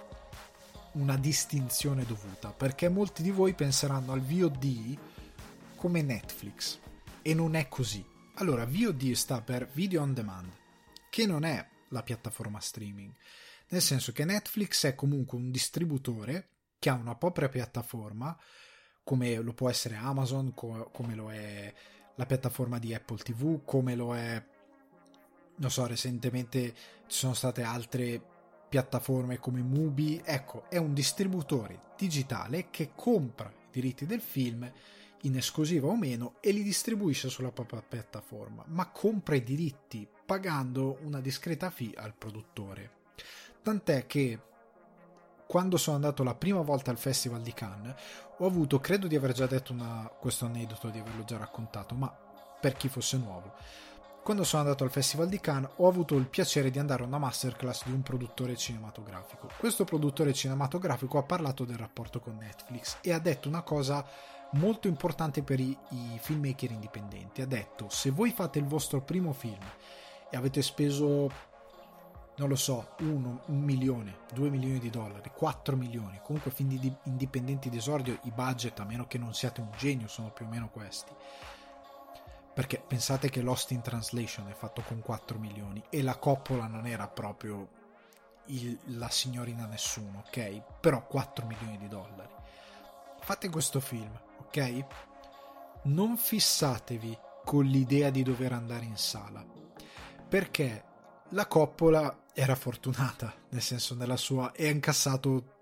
una distinzione dovuta, perché molti di voi penseranno al VOD come Netflix, e non è così. Allora, VOD sta per Video on Demand, che non è la piattaforma streaming, nel senso che Netflix è comunque un distributore che ha una propria piattaforma, come lo può essere Amazon, come lo è la piattaforma di Apple TV, come lo è, non so, recentemente ci sono state altre piattaforme come Mubi. Ecco, è un distributore digitale che compra i diritti del film in esclusiva o meno e li distribuisce sulla propria piattaforma, ma compra i diritti pagando una discreta fee al produttore. Tant'è che quando sono andato la prima volta al Festival di Cannes ho avuto, credo di aver già detto questo aneddoto, di averlo già raccontato, ma per chi fosse nuovo, quando sono andato al Festival di Cannes ho avuto il piacere di andare a una masterclass di un produttore cinematografico. Questo produttore cinematografico ha parlato del rapporto con Netflix e ha detto una cosa molto importante per i filmmaker indipendenti. Ha detto: se voi fate il vostro primo film e avete speso, non lo so, 1 milione, 2 milioni di dollari, 4 milioni, comunque film indipendenti d'esordio, i budget, a meno che non siate un genio, sono più o meno questi. Perché pensate che Lost in Translation è fatto con 4 milioni e la Coppola non era proprio la signorina nessuno, ok? Però 4 milioni di dollari. Fate questo film, ok? Non fissatevi con l'idea di dover andare in sala, perché la Coppola era fortunata, nel senso, nella sua, e ha incassato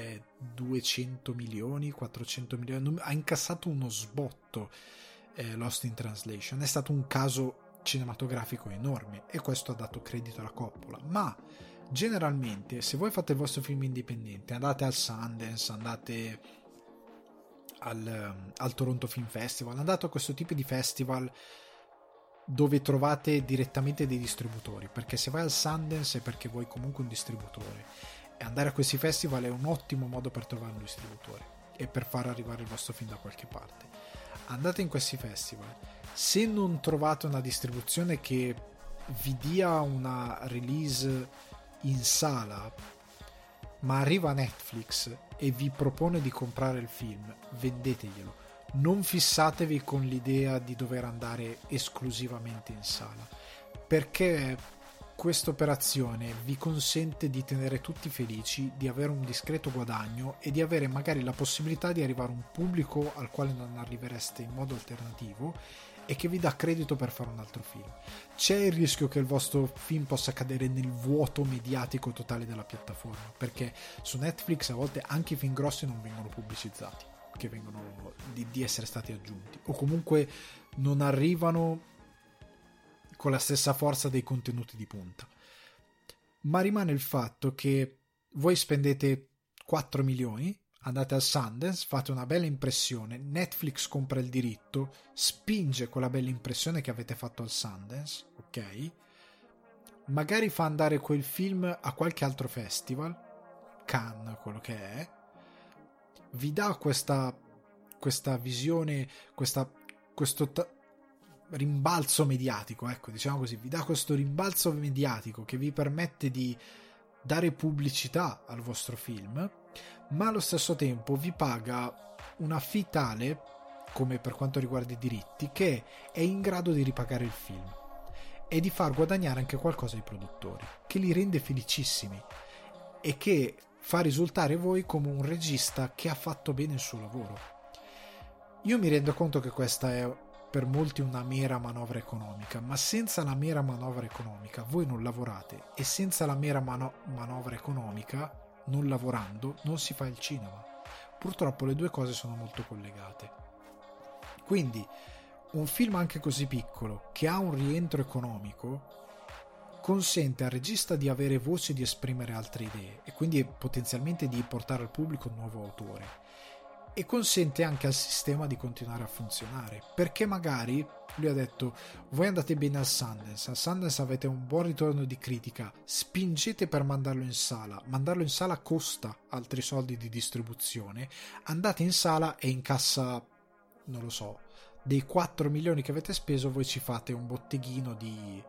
200 milioni, 400 milioni, ha incassato uno sbotto. Lost in Translation è stato un caso cinematografico enorme e questo ha dato credito alla Coppola, ma generalmente se voi fate il vostro film indipendente, andate al Sundance, andate al Toronto Film Festival, andate a questo tipo di festival dove trovate direttamente dei distributori, perché se vai al Sundance è perché vuoi comunque un distributore, e andare a questi festival è un ottimo modo per trovare un distributore e per far arrivare il vostro film da qualche parte. Andate in questi festival, se non trovate una distribuzione che vi dia una release in sala, ma arriva Netflix e vi propone di comprare il film, vendeteglielo. Non fissatevi con l'idea di dover andare esclusivamente in sala, perché questa operazione vi consente di tenere tutti felici, di avere un discreto guadagno e di avere magari la possibilità di arrivare a un pubblico al quale non arrivereste in modo alternativo e che vi dà credito per fare un altro film. C'è il rischio che il vostro film possa cadere nel vuoto mediatico totale della piattaforma, perché su Netflix a volte anche i film grossi non vengono pubblicizzati, che vengono di essere stati aggiunti, o comunque non arrivano con la stessa forza dei contenuti di punta. Ma rimane il fatto che voi spendete 4 milioni, andate al Sundance, fate una bella impressione, Netflix compra il diritto, spinge quella bella impressione che avete fatto al Sundance, ok? Magari fa andare quel film a qualche altro festival, Cannes, quello che è, vi dà questa visione, questo rimbalzo mediatico, ecco, diciamo così, vi dà questo rimbalzo mediatico che vi permette di dare pubblicità al vostro film, ma allo stesso tempo vi paga una fee tale, come per quanto riguarda i diritti, che è in grado di ripagare il film e di far guadagnare anche qualcosa ai produttori, che li rende felicissimi e che fa risultare voi come un regista che ha fatto bene il suo lavoro. Io mi rendo conto che questa è per molti una mera manovra economica, ma senza la mera manovra economica voi non lavorate, e senza la mera manovra economica, non lavorando, non si fa il cinema. Purtroppo le due cose sono molto collegate. Quindi un film anche così piccolo, che ha un rientro economico, consente al regista di avere voce, di esprimere altre idee e quindi potenzialmente di portare al pubblico un nuovo autore, e consente anche al sistema di continuare a funzionare, perché magari lui ha detto: voi andate bene al Sundance avete un buon ritorno di critica, spingete per mandarlo in sala costa altri soldi di distribuzione, andate in sala e in cassa, non lo so, dei 4 milioni che avete speso voi ci fate un botteghino di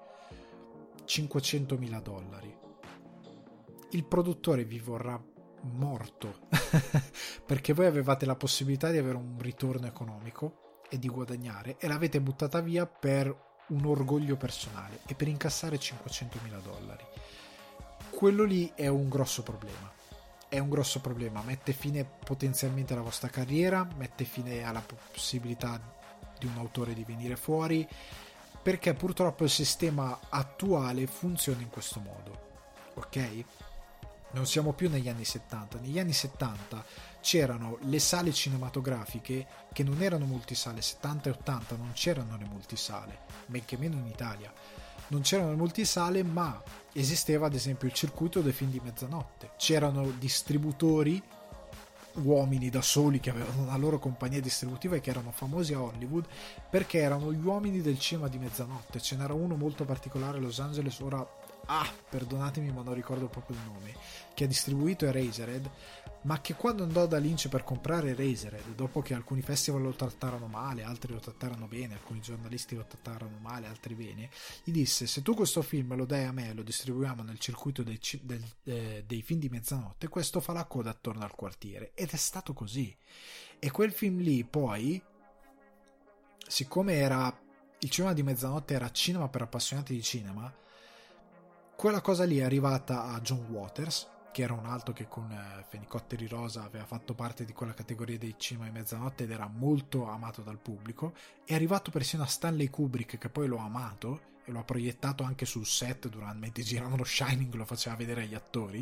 $500.000. Il produttore vi vorrà morto perché voi avevate la possibilità di avere un ritorno economico e di guadagnare, e l'avete buttata via per un orgoglio personale e per incassare $500.000. Quello lì è un grosso problema, mette fine potenzialmente alla vostra carriera, mette fine alla possibilità di un autore di venire fuori, perché purtroppo il sistema attuale funziona in questo modo, ok? Non siamo più negli anni 70. Negli anni 70 c'erano le sale cinematografiche che non erano multisale. 70 e 80 non c'erano le multisale, men che meno in Italia. Non c'erano le multisale, ma esisteva ad esempio il circuito dei film di mezzanotte. C'erano distributori, uomini da soli che avevano una loro compagnia distributiva e che erano famosi a Hollywood perché erano gli uomini del cinema di mezzanotte. Ce n'era uno molto particolare a Los Angeles, ora perdonatemi ma non ricordo proprio il nome, che ha distribuito Eraserhead, ma che quando andò da Lynch per comprare Eraserhead, dopo che alcuni festival lo trattarono male, altri lo trattarono bene, alcuni giornalisti lo trattarono male, altri bene, gli disse: se tu questo film lo dai a me e lo distribuiamo nel circuito dei film di mezzanotte, questo fa la coda attorno al quartiere. Ed è stato così, e quel film lì poi, siccome era il cinema di mezzanotte, era cinema per appassionati di cinema, quella cosa lì è arrivata a John Waters, che era un altro che con Fenicotteri Rosa aveva fatto parte di quella categoria dei cinema di mezzanotte ed era molto amato dal pubblico. È arrivato persino a Stanley Kubrick, che poi lo ha amato e lo ha proiettato anche sul set mentre giravano Shining, lo faceva vedere agli attori,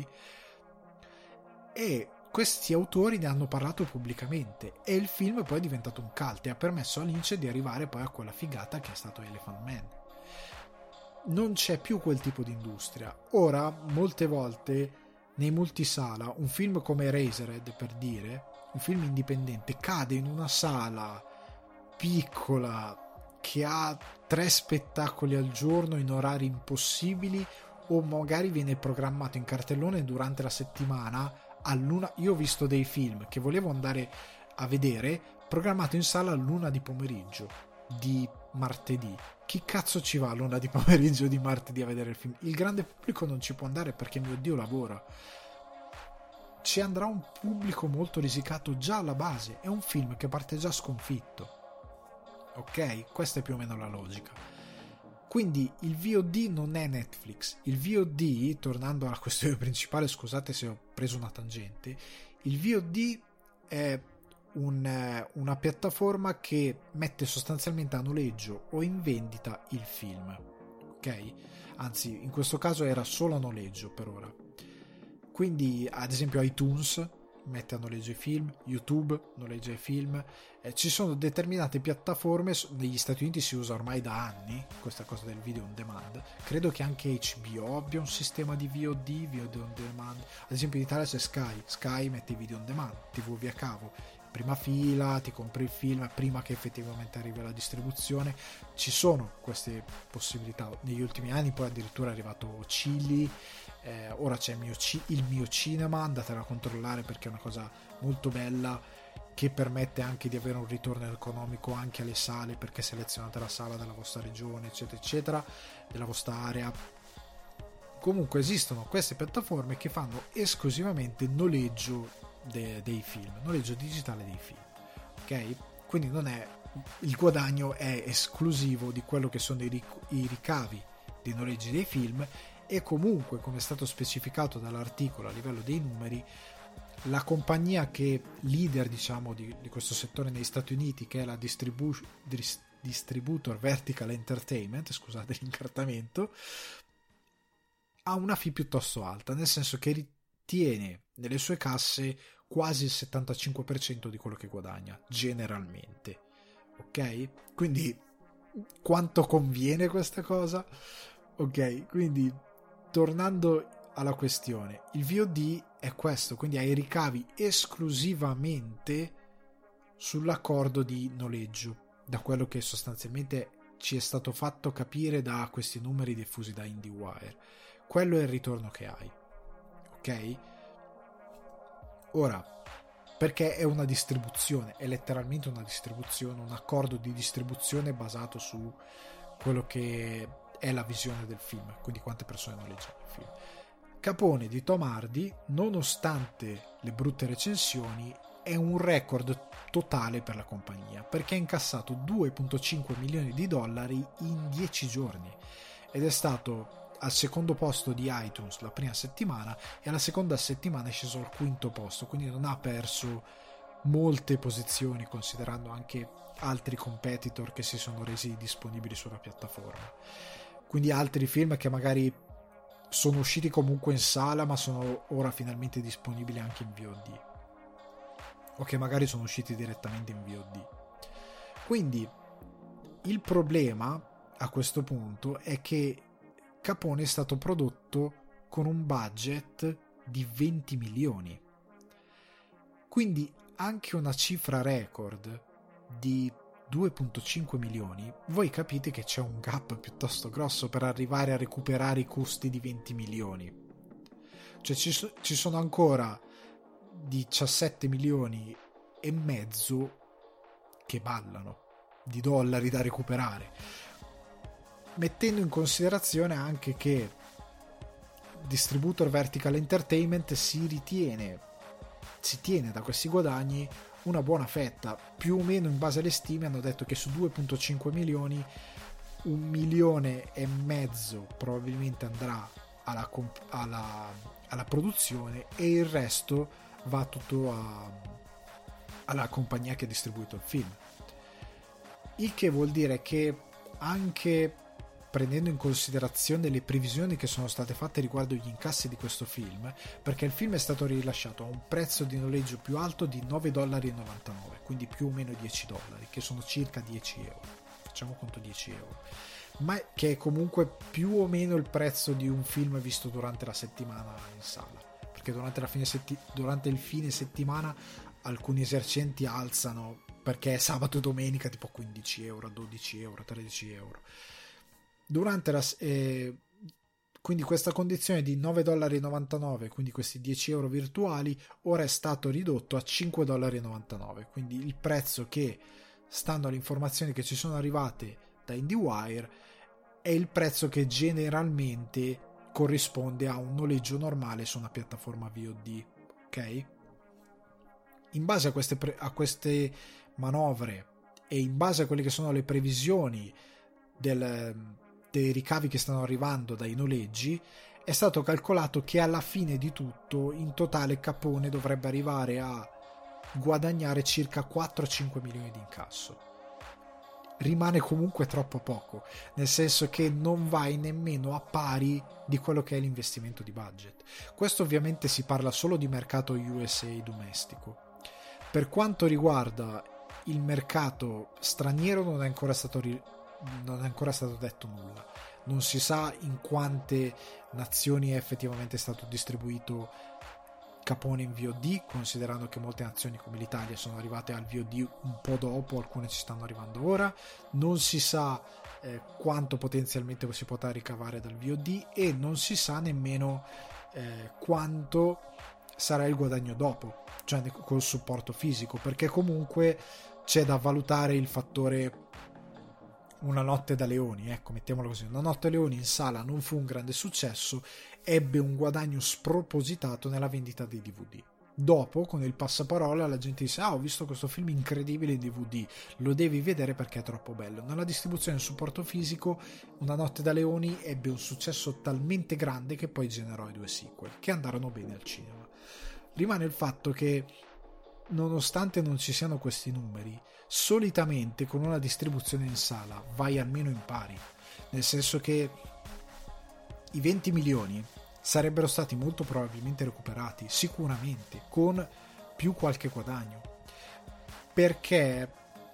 e questi autori ne hanno parlato pubblicamente e il film poi è diventato un cult e ha permesso a Lynch di arrivare poi a quella figata che è stato Elephant Man. Non c'è più quel tipo di industria. Ora, molte volte, nei multisala, un film come Eraserhead, per dire, un film indipendente, cade in una sala piccola, che ha 3 spettacoli al giorno in orari impossibili, o magari viene programmato in cartellone durante la settimana all'una. Io ho visto dei film che volevo andare a vedere programmato in sala all'1 di pomeriggio di martedì. Chi cazzo ci va all'1 di pomeriggio di martedì a vedere il film? Il grande pubblico non ci può andare perché mio Dio lavora. Ci andrà un pubblico molto risicato già alla base, è un film che parte già sconfitto, ok? Questa è più o meno la logica. Quindi il VOD non è Netflix. Il VOD, tornando alla questione principale, scusate se ho preso una tangente, il VOD è una piattaforma che mette sostanzialmente a noleggio o in vendita il film, ok? Anzi, in questo caso era solo a noleggio per ora. Quindi, ad esempio, iTunes mette a noleggio i film, YouTube noleggia i film, ci sono determinate piattaforme. Negli Stati Uniti si usa ormai da anni questa cosa del video on demand, credo che anche HBO abbia un sistema di video on demand. Ad esempio in Italia c'è Sky mette i video on demand, TV via cavo, prima fila, ti compri il film prima che effettivamente arrivi alla distribuzione. Ci sono queste possibilità negli ultimi anni, poi addirittura è arrivato Chili. Ora c'è il mio cinema, andatela a controllare perché è una cosa molto bella che permette anche di avere un ritorno economico anche alle sale, perché selezionate la sala della vostra regione eccetera eccetera, della vostra area. Comunque esistono queste piattaforme che fanno esclusivamente noleggio dei film, noleggio digitale dei film, ok? Quindi non è, il guadagno è esclusivo di quello che sono i ricavi dei noleggi dei film. E comunque, come è stato specificato dall'articolo a livello dei numeri, la compagnia che leader, diciamo, di questo settore negli Stati Uniti, che è la Distributor Vertical Entertainment, scusate l'incartamento, ha una fee piuttosto alta, nel senso che ritiene nelle sue casse quasi il 75% di quello che guadagna generalmente, ok? Quindi quanto conviene questa cosa? Ok, quindi tornando alla questione, il VOD è questo, quindi hai ricavi esclusivamente sull'accordo di noleggio, da quello che sostanzialmente ci è stato fatto capire da questi numeri diffusi da IndieWire. Quello è il ritorno che hai, ok? Ora, perché è una distribuzione, è letteralmente una distribuzione, un accordo di distribuzione basato su quello che è la visione del film, quindi quante persone noleggiano il film. Capone di Tom Hardy, nonostante le brutte recensioni, è un record totale per la compagnia, perché ha incassato 2,5 milioni di dollari in 10 giorni ed è stato al secondo posto di iTunes la prima settimana e alla seconda settimana è sceso al quinto posto, quindi non ha perso molte posizioni considerando anche altri competitor che si sono resi disponibili sulla piattaforma. Quindi altri film che magari sono usciti comunque in sala ma sono ora finalmente disponibili anche in VOD, o che magari sono usciti direttamente in VOD. Quindi il problema a questo punto è che Capone è stato prodotto con un budget di 20 milioni, quindi anche una cifra record di 2,5 milioni, voi capite che c'è un gap piuttosto grosso per arrivare a recuperare i costi di 20 milioni. Cioè ci sono ancora 17 milioni e mezzo che ballano di dollari da recuperare, mettendo in considerazione anche che Distributor Vertical Entertainment si tiene da questi guadagni una buona fetta, più o meno in base alle stime hanno detto che su 2,5 milioni 1,5 milioni probabilmente andrà alla produzione e il resto va tutto alla compagnia che ha distribuito il film, il che vuol dire che anche prendendo in considerazione le previsioni che sono state fatte riguardo gli incassi di questo film, perché il film è stato rilasciato a un prezzo di noleggio più alto di $9,99, quindi più o meno $10, che sono circa 10 euro, facciamo conto 10 euro, ma che è comunque più o meno il prezzo di un film visto durante la settimana in sala, perché durante il fine settimana alcuni esercenti alzano perché è sabato e domenica tipo 15 euro, 12 euro, 13 euro. Durante quindi questa condizione di 9,99 $, quindi questi 10 euro virtuali, ora è stato ridotto a 5,99 $, quindi il prezzo che, stando alle informazioni che ci sono arrivate da IndieWire, è il prezzo che generalmente corrisponde a un noleggio normale su una piattaforma VOD, ok? In base a queste manovre e in base a quelle che sono le previsioni dei ricavi che stanno arrivando dai noleggi, è stato calcolato che alla fine di tutto in totale Capone dovrebbe arrivare a guadagnare circa 4-5 milioni di incasso. Rimane comunque troppo poco, nel senso che non vai nemmeno a pari di quello che è l'investimento di budget. Questo ovviamente si parla solo di mercato USA domestico. Per quanto riguarda il mercato straniero non è ancora stato detto nulla. Non si sa in quante nazioni è effettivamente stato distribuito Capone in VOD, considerando che molte nazioni come l'Italia sono arrivate al VOD un po' dopo, alcune ci stanno arrivando ora. Non si sa quanto potenzialmente si potrà ricavare dal VOD e non si sa nemmeno quanto sarà il guadagno dopo, cioè col supporto fisico, perché comunque c'è da valutare il fattore Una notte da leoni, ecco, mettiamolo così. Una notte da leoni in sala non fu un grande successo, ebbe un guadagno spropositato nella vendita dei DVD. Dopo, con il passaparola, la gente disse: ho visto questo film incredibile in DVD, lo devi vedere perché è troppo bello. Nella distribuzione e supporto fisico, Una notte da leoni ebbe un successo talmente grande che poi generò i 2 sequel, che andarono bene al cinema. Rimane il fatto che, nonostante non ci siano questi numeri, solitamente con una distribuzione in sala vai almeno in pari, nel senso che i 20 milioni sarebbero stati molto probabilmente recuperati, sicuramente, con più qualche guadagno, perché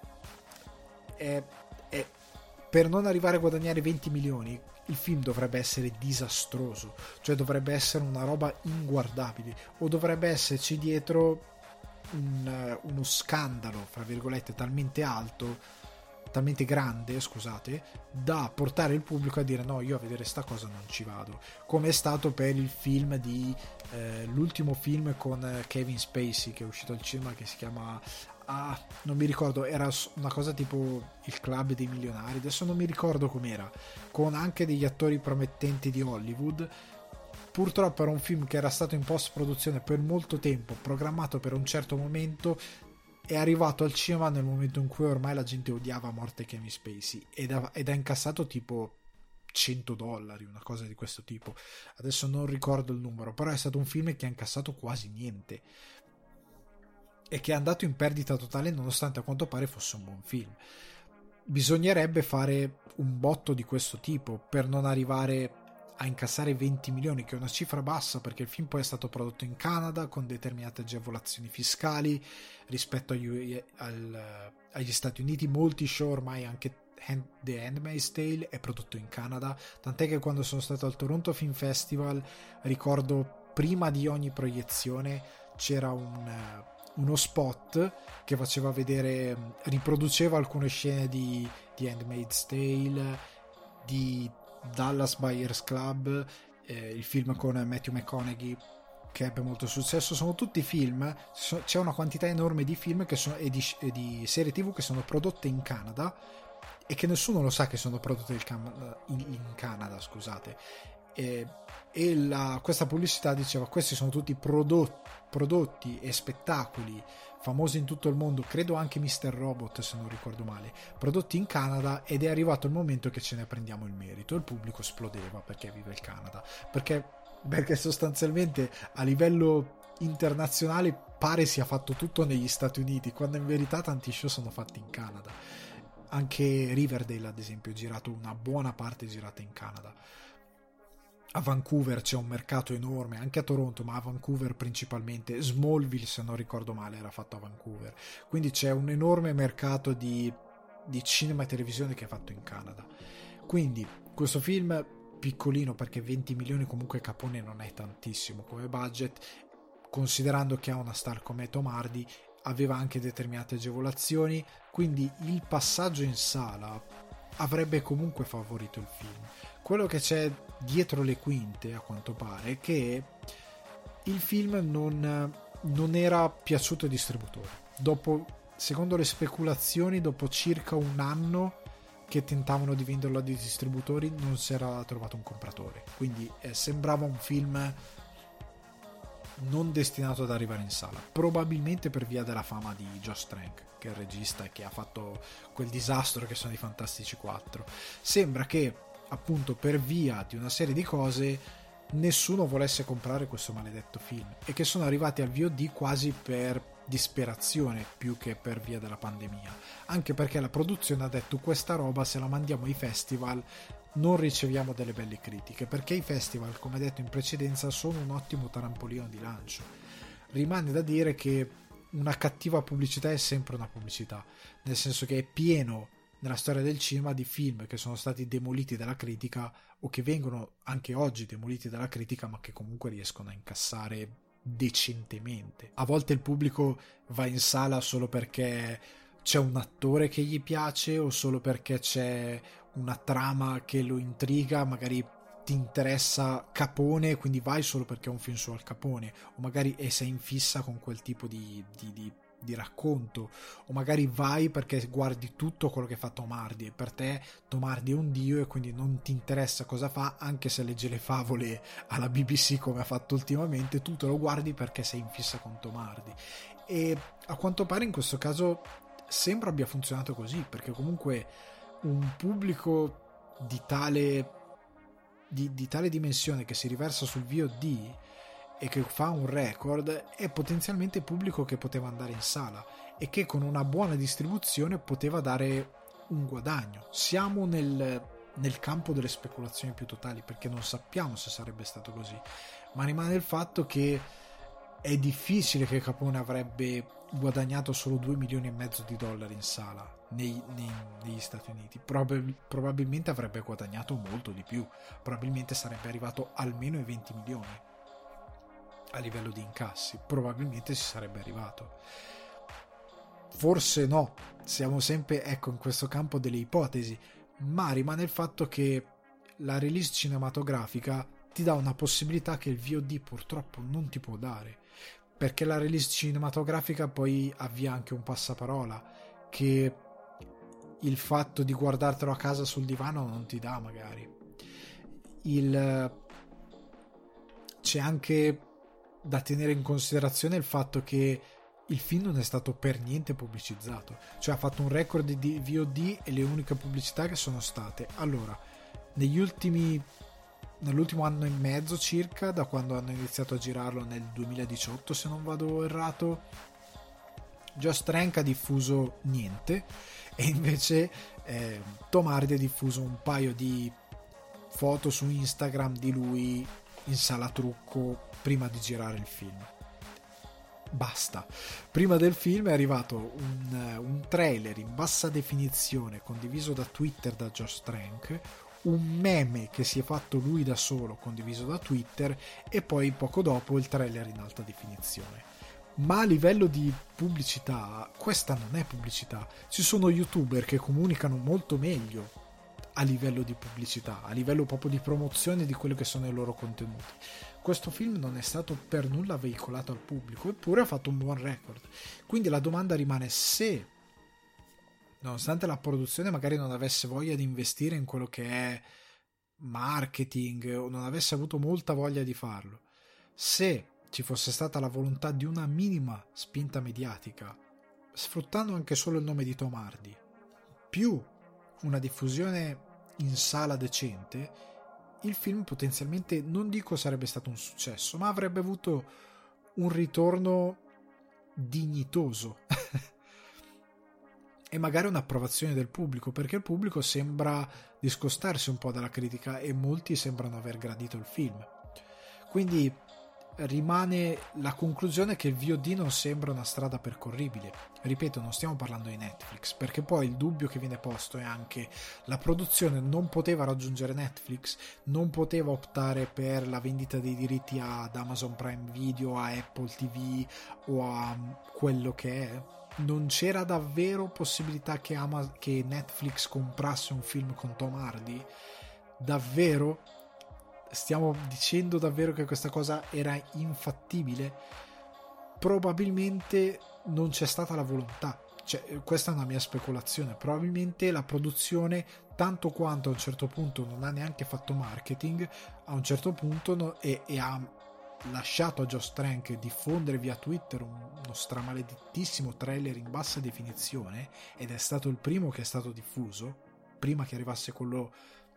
per non arrivare a guadagnare 20 milioni il film dovrebbe essere disastroso, cioè dovrebbe essere una roba inguardabile, o dovrebbe esserci dietro uno scandalo, fra virgolette, talmente alto, talmente grande, scusate, da portare il pubblico a dire: no, io a vedere sta cosa non ci vado, come è stato per il film l'ultimo film con Kevin Spacey che è uscito al cinema, che si chiama non mi ricordo, era una cosa tipo Il club dei milionari, adesso non mi ricordo com'era, con anche degli attori promettenti di Hollywood. Purtroppo era un film che era stato in post produzione per molto tempo, programmato per un certo momento, è arrivato al cinema nel momento in cui ormai la gente odiava a morte Kevin Spacey ed ha incassato tipo $100, una cosa di questo tipo. Adesso non ricordo il numero, però è stato un film che ha incassato quasi niente e che è andato in perdita totale, nonostante a quanto pare fosse un buon film. Bisognerebbe fare un botto di questo tipo per non arrivare a incassare 20 milioni, che è una cifra bassa, perché il film poi è stato prodotto in Canada con determinate agevolazioni fiscali rispetto agli Stati Uniti. Molti show ormai, anche The Handmaid's Tale è prodotto in Canada, tant'è che quando sono stato al Toronto Film Festival ricordo prima di ogni proiezione c'era uno spot che faceva vedere, riproduceva alcune scene di Handmaid's Tale, di Dallas Buyers Club, il film con Matthew McConaughey che ebbe molto successo. Sono tutti film, c'è una quantità enorme di film e di serie TV che sono prodotte in Canada e che nessuno lo sa che sono prodotte in Canada, scusate. Questa pubblicità diceva: questi sono tutti prodotti e spettacoli famosi in tutto il mondo, credo anche Mr. Robot se non ricordo male, prodotti in Canada, ed è arrivato il momento che ce ne prendiamo il merito. Il pubblico esplodeva perché vive il Canada, perché sostanzialmente a livello internazionale pare sia fatto tutto negli Stati Uniti, quando in verità tanti show sono fatti in Canada. Anche Riverdale ad esempio è girato, una buona parte è girata in Canada. A Vancouver c'è un mercato enorme, anche a Toronto, ma a Vancouver principalmente. Smallville, se non ricordo male, era fatto a Vancouver. Quindi c'è un enorme mercato di cinema e televisione che è fatto in Canada. Quindi questo film piccolino, perché 20 milioni comunque Capone non è tantissimo come budget, considerando che ha una star come Tom Hardy, aveva anche determinate agevolazioni, quindi il passaggio in sala avrebbe comunque favorito il film. Quello che c'è dietro le quinte, a quanto pare, è che il film non era piaciuto ai distributori. Secondo le speculazioni, dopo circa un anno che tentavano di venderlo ai distributori, non si era trovato un compratore, quindi sembrava un film non destinato ad arrivare in sala, probabilmente per via della fama di Josh Trank, che è il regista e che ha fatto quel disastro che sono i Fantastici 4. Sembra che appunto per via di una serie di cose nessuno volesse comprare questo maledetto film e che sono arrivati al VOD quasi per disperazione più che per via della pandemia, anche perché la produzione ha detto: questa roba se la mandiamo ai festival non riceviamo delle belle critiche, perché i festival, come detto in precedenza, sono un ottimo trampolino di lancio. Rimane da dire che una cattiva pubblicità è sempre una pubblicità, nel senso che è pieno nella storia del cinema di film che sono stati demoliti dalla critica o che vengono anche oggi demoliti dalla critica, ma che comunque riescono a incassare decentemente. A volte il pubblico va in sala solo perché c'è un attore che gli piace o solo perché c'è una trama che lo intriga, magari ti interessa Capone, quindi vai solo perché è un film su Al Capone, o magari sei in fissa con quel tipo di racconto, o magari vai perché guardi tutto quello che fa Tom Hardy e per te Tom Hardy è un dio e quindi non ti interessa cosa fa, anche se legge le favole alla BBC come ha fatto ultimamente, tu te lo guardi perché sei in fissa con Tom Hardy. E a quanto pare in questo caso sembra abbia funzionato così, perché comunque un pubblico di tale dimensione che si riversa sul VOD e che fa un record è potenzialmente pubblico che poteva andare in sala e che con una buona distribuzione poteva dare un guadagno. Siamo nel campo delle speculazioni più totali, perché non sappiamo se sarebbe stato così, ma rimane il fatto che è difficile che Capone avrebbe guadagnato solo 2 milioni e mezzo di dollari in sala negli Stati Uniti. Probabilmente avrebbe guadagnato molto di più, probabilmente sarebbe arrivato almeno ai 20 milioni a livello di incassi, probabilmente si sarebbe arrivato. Forse no, siamo sempre in questo campo delle ipotesi, ma rimane il fatto che la release cinematografica ti dà una possibilità che il VOD purtroppo non ti può dare, perché la release cinematografica poi avvia anche un passaparola che il fatto di guardartelo a casa sul divano non ti dà. Magari c'è anche da tenere in considerazione il fatto che il film non è stato per niente pubblicizzato, cioè ha fatto un record di VOD e le uniche pubblicità che sono state, allora, nell'ultimo anno e mezzo circa, da quando hanno iniziato a girarlo nel 2018 se non vado errato, Josh Trank ha diffuso niente e invece Tom Hardy ha diffuso un paio di foto su Instagram di lui in sala trucco prima di girare il film. Basta. Prima del film è arrivato un trailer in bassa definizione condiviso da Twitter da Josh Trank, un meme che si è fatto lui da solo condiviso da Twitter e poi poco dopo il trailer in alta definizione. Ma a livello di pubblicità, questa non è pubblicità. Ci sono youtuber che comunicano molto meglio a livello di pubblicità, a livello proprio di promozione di quello che sono i loro contenuti. Questo film non è stato per nulla veicolato al pubblico, eppure ha fatto un buon record. Quindi la domanda rimane: se, nonostante la produzione magari non avesse voglia di investire in quello che è marketing o non avesse avuto molta voglia di farlo, se ci fosse stata la volontà di una minima spinta mediatica, sfruttando anche solo il nome di Tom Hardy, più una diffusione in sala decente, il film potenzialmente, non dico sarebbe stato un successo, ma avrebbe avuto un ritorno dignitoso e magari un'approvazione del pubblico, perché il pubblico sembra discostarsi un po' dalla critica e molti sembrano aver gradito il film. Quindi rimane la conclusione che il VOD non sembra una strada percorribile. Ripeto, non stiamo parlando di Netflix, perché poi il dubbio che viene posto è anche la produzione non poteva raggiungere Netflix, non poteva optare per la vendita dei diritti ad Amazon Prime Video, a Apple TV o a quello che è. Non c'era davvero possibilità che Netflix comprasse un film con Tom Hardy? Davvero? Stiamo dicendo davvero che questa cosa era infattibile? Probabilmente non c'è stata la volontà. Cioè, questa è una mia speculazione. Probabilmente la produzione, tanto quanto a un certo punto non ha neanche fatto marketing, a un certo punto e ha lasciato a Josh Trank diffondere via Twitter uno stramaledettissimo trailer in bassa definizione, ed è stato il primo che è stato diffuso prima che arrivasse quello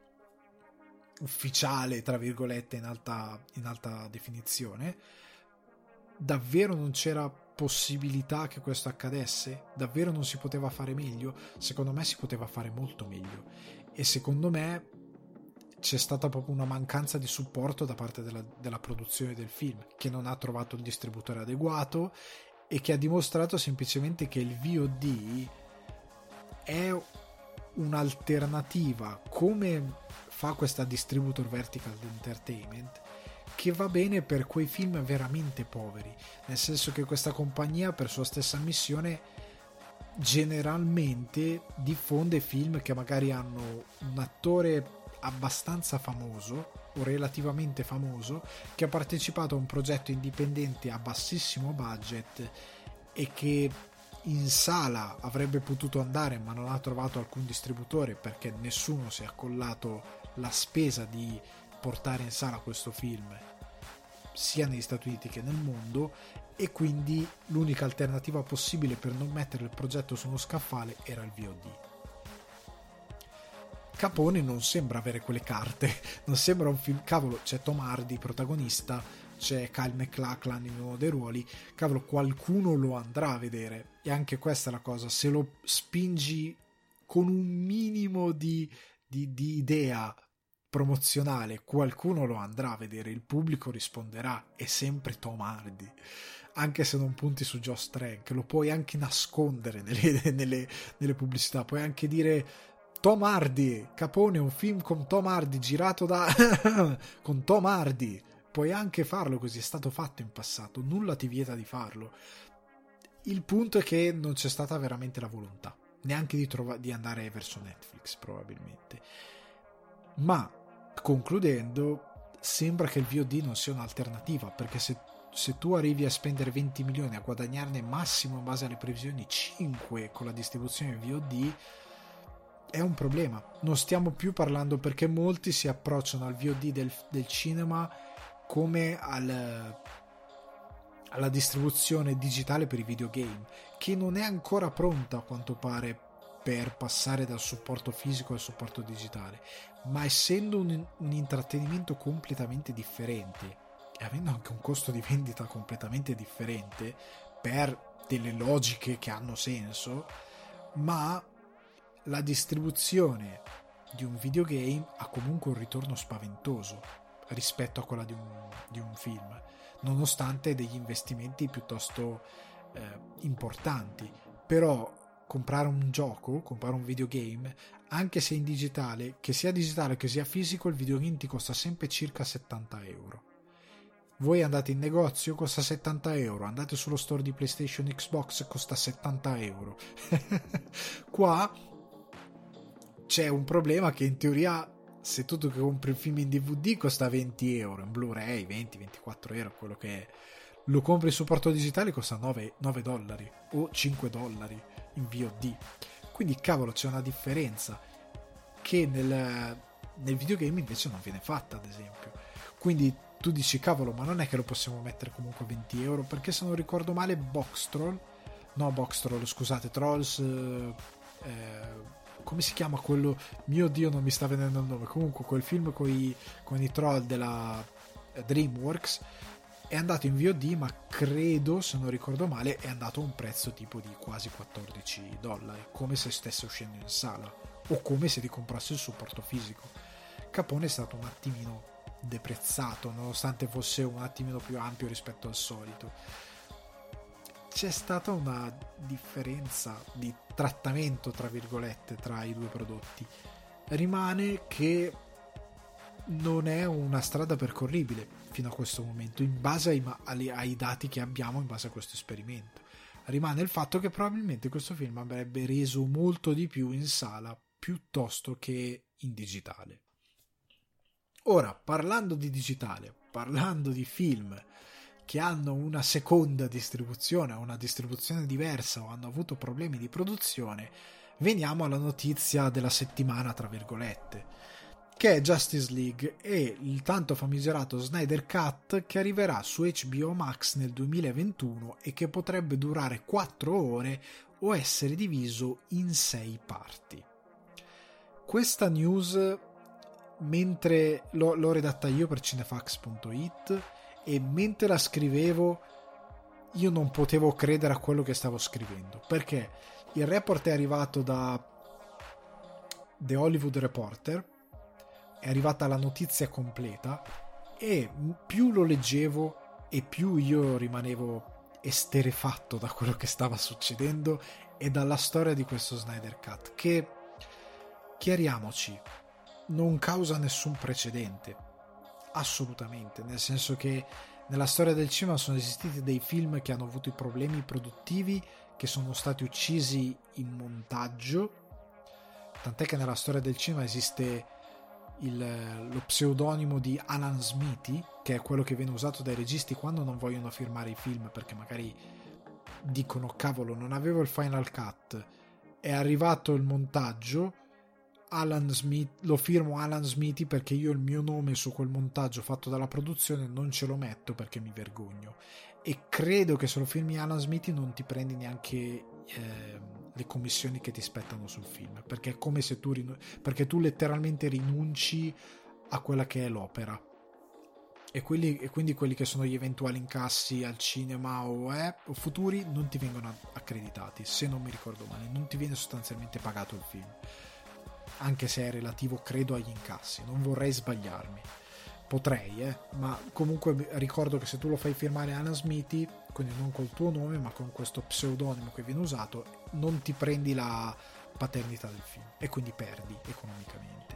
ufficiale, tra virgolette, in alta definizione. Davvero non c'era possibilità che questo accadesse? Davvero non si poteva fare meglio? Secondo me si poteva fare molto meglio, e secondo me c'è stata proprio una mancanza di supporto da parte della produzione del film, che non ha trovato il distributore adeguato e che ha dimostrato semplicemente che il VOD è un'alternativa, come fa questa distributor vertical entertainment, che va bene per quei film veramente poveri, nel senso che questa compagnia, per sua stessa missione, generalmente diffonde film che magari hanno un attore abbastanza famoso o relativamente famoso, che ha partecipato a un progetto indipendente a bassissimo budget e che in sala avrebbe potuto andare, ma non ha trovato alcun distributore perché nessuno si è accollato la spesa di portare in sala questo film sia negli Stati Uniti che nel mondo, e quindi l'unica alternativa possibile per non mettere il progetto su uno scaffale era il VOD. Capone non sembra avere quelle carte, non sembra un film, cavolo, c'è Tom Hardy protagonista, c'è Kyle MacLachlan in uno dei ruoli, cavolo, qualcuno lo andrà a vedere. E anche questa è la cosa, se lo spingi con un minimo di idea promozionale, qualcuno lo andrà a vedere, il pubblico risponderà. È sempre Tom Hardy, anche se non punti su Josh Trank, lo puoi anche nascondere nelle pubblicità, puoi anche dire Tom Hardy, Capone, un film con Tom Hardy girato da con Tom Hardy, puoi anche farlo così, è stato fatto in passato, nulla ti vieta di farlo. Il punto è che non c'è stata veramente la volontà, neanche di andare verso Netflix probabilmente. Ma concludendo, sembra che il VOD non sia un'alternativa, perché se tu arrivi a spendere 20 milioni, a guadagnarne massimo in base alle previsioni 5 con la distribuzione VOD, è un problema. Non stiamo più parlando, perché molti si approcciano al VOD del cinema come alla distribuzione digitale per i videogame, che non è ancora pronta a quanto pare per passare dal supporto fisico al supporto digitale, ma essendo un intrattenimento completamente differente e avendo anche un costo di vendita completamente differente per delle logiche che hanno senso, ma la distribuzione di un videogame ha comunque un ritorno spaventoso rispetto a quella di un film, nonostante degli investimenti piuttosto importanti. Però comprare un gioco, comprare un videogame, anche se in digitale, che sia digitale che sia fisico, il videogame ti costa sempre circa 70 euro. Voi andate in negozio, costa 70 euro, andate sullo store di PlayStation, Xbox, costa 70 euro. Qua c'è un problema che in teoria, se tu che compri il film in DVD costa 20 euro, in Blu-ray 20-24 euro, quello che è, lo compri in supporto digitale costa 9 dollari o 5 dollari in VOD. Quindi cavolo, c'è una differenza che nel videogame invece non viene fatta, ad esempio. Quindi tu dici cavolo, ma non è che lo possiamo mettere comunque a 20 euro, perché se non ricordo male Trolls, come si chiama quello, mio dio non mi sta venendo il nome, comunque quel film con i troll della DreamWorks è andato in VOD, ma credo, se non ricordo male, è andato a un prezzo tipo di quasi 14 dollari, come se stesse uscendo in sala o come se ti comprassi il supporto fisico. Capone è stato un attimino deprezzato, nonostante fosse un attimino più ampio rispetto al solito. C'è stata una differenza di trattamento, tra virgolette, tra i due prodotti. Rimane che non è una strada percorribile fino a questo momento, in base ai dati che abbiamo, in base a questo esperimento. Rimane il fatto che probabilmente questo film avrebbe reso molto di più in sala piuttosto che in digitale. Ora, parlando di digitale, parlando di film che hanno una seconda distribuzione o una distribuzione diversa o hanno avuto problemi di produzione, veniamo alla notizia della settimana, tra virgolette, che è Justice League e il tanto famigerato Snyder Cut, che arriverà su HBO Max nel 2021 e che potrebbe durare 4 ore o essere diviso in 6 parti. Questa news, mentre l'ho redatta io per cinefax.it, e mentre la scrivevo io non potevo credere a quello che stavo scrivendo, perché il report è arrivato da The Hollywood Reporter, è arrivata la notizia completa, e più lo leggevo e più io rimanevo esterrefatto da quello che stava succedendo e dalla storia di questo Snyder Cut, che, chiariamoci, non causa nessun precedente, assolutamente, nel senso che nella storia del cinema sono esistiti dei film che hanno avuto i problemi produttivi, che sono stati uccisi in montaggio, tant'è che nella storia del cinema esiste lo pseudonimo di Alan Smithy, che è quello che viene usato dai registi quando non vogliono firmare i film perché magari dicono cavolo, non avevo il final cut, è arrivato il montaggio, Alan Smith, lo firmo Alan Smithy perché io il mio nome su quel montaggio fatto dalla produzione non ce lo metto perché mi vergogno, e credo che se lo firmi Alan Smithy non ti prendi neanche le commissioni che ti spettano sul film, perché è come se perché tu letteralmente rinunci a quella che è l'opera, e quindi quelli che sono gli eventuali incassi al cinema o futuri non ti vengono accreditati, se non mi ricordo male, non ti viene sostanzialmente pagato il film, anche se è relativo credo agli incassi, non vorrei sbagliarmi, potrei, ma comunque ricordo che se tu lo fai firmare Alan Smithy, quindi non col tuo nome ma con questo pseudonimo che viene usato, non ti prendi la paternità del film e quindi perdi economicamente.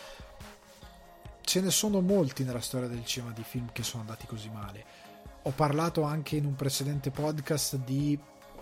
Ce ne sono molti nella storia del cinema di film che sono andati così male. Ho parlato anche in un precedente podcast di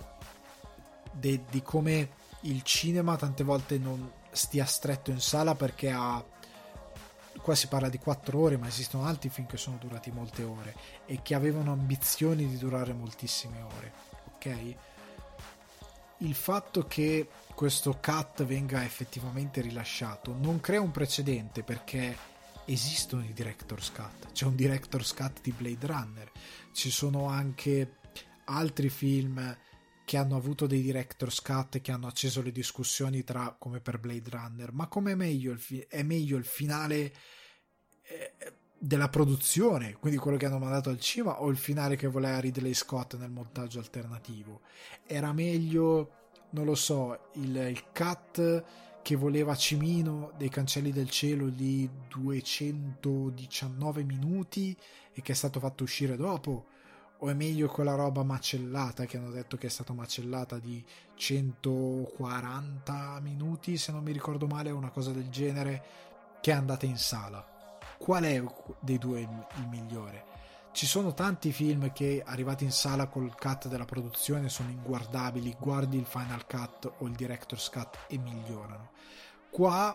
come il cinema tante volte non stia stretto in sala perché qua si parla di 4 ore, ma esistono altri film che sono durati molte ore e che avevano ambizioni di durare moltissime ore, ok? Il fatto che questo cut venga effettivamente rilasciato non crea un precedente, perché esistono i director's cut, c'è un director's cut di Blade Runner, ci sono anche altri film che hanno avuto dei director's cut che hanno acceso le discussioni come per Blade Runner, ma come è meglio il finale della produzione, quindi quello che hanno mandato al cinema, o il finale che voleva Ridley Scott nel montaggio alternativo? Era meglio, non lo so, il cut che voleva Cimino dei Cancelli del Cielo di 219 minuti e che è stato fatto uscire dopo? O è meglio quella roba macellata che hanno detto che è stata macellata di 140 minuti, se non mi ricordo male, o una cosa del genere, che è andata in sala? Qual è dei due il migliore? Ci sono tanti film che arrivati in sala col cut della produzione sono inguardabili, guardi il final cut o il director's cut e migliorano. Qua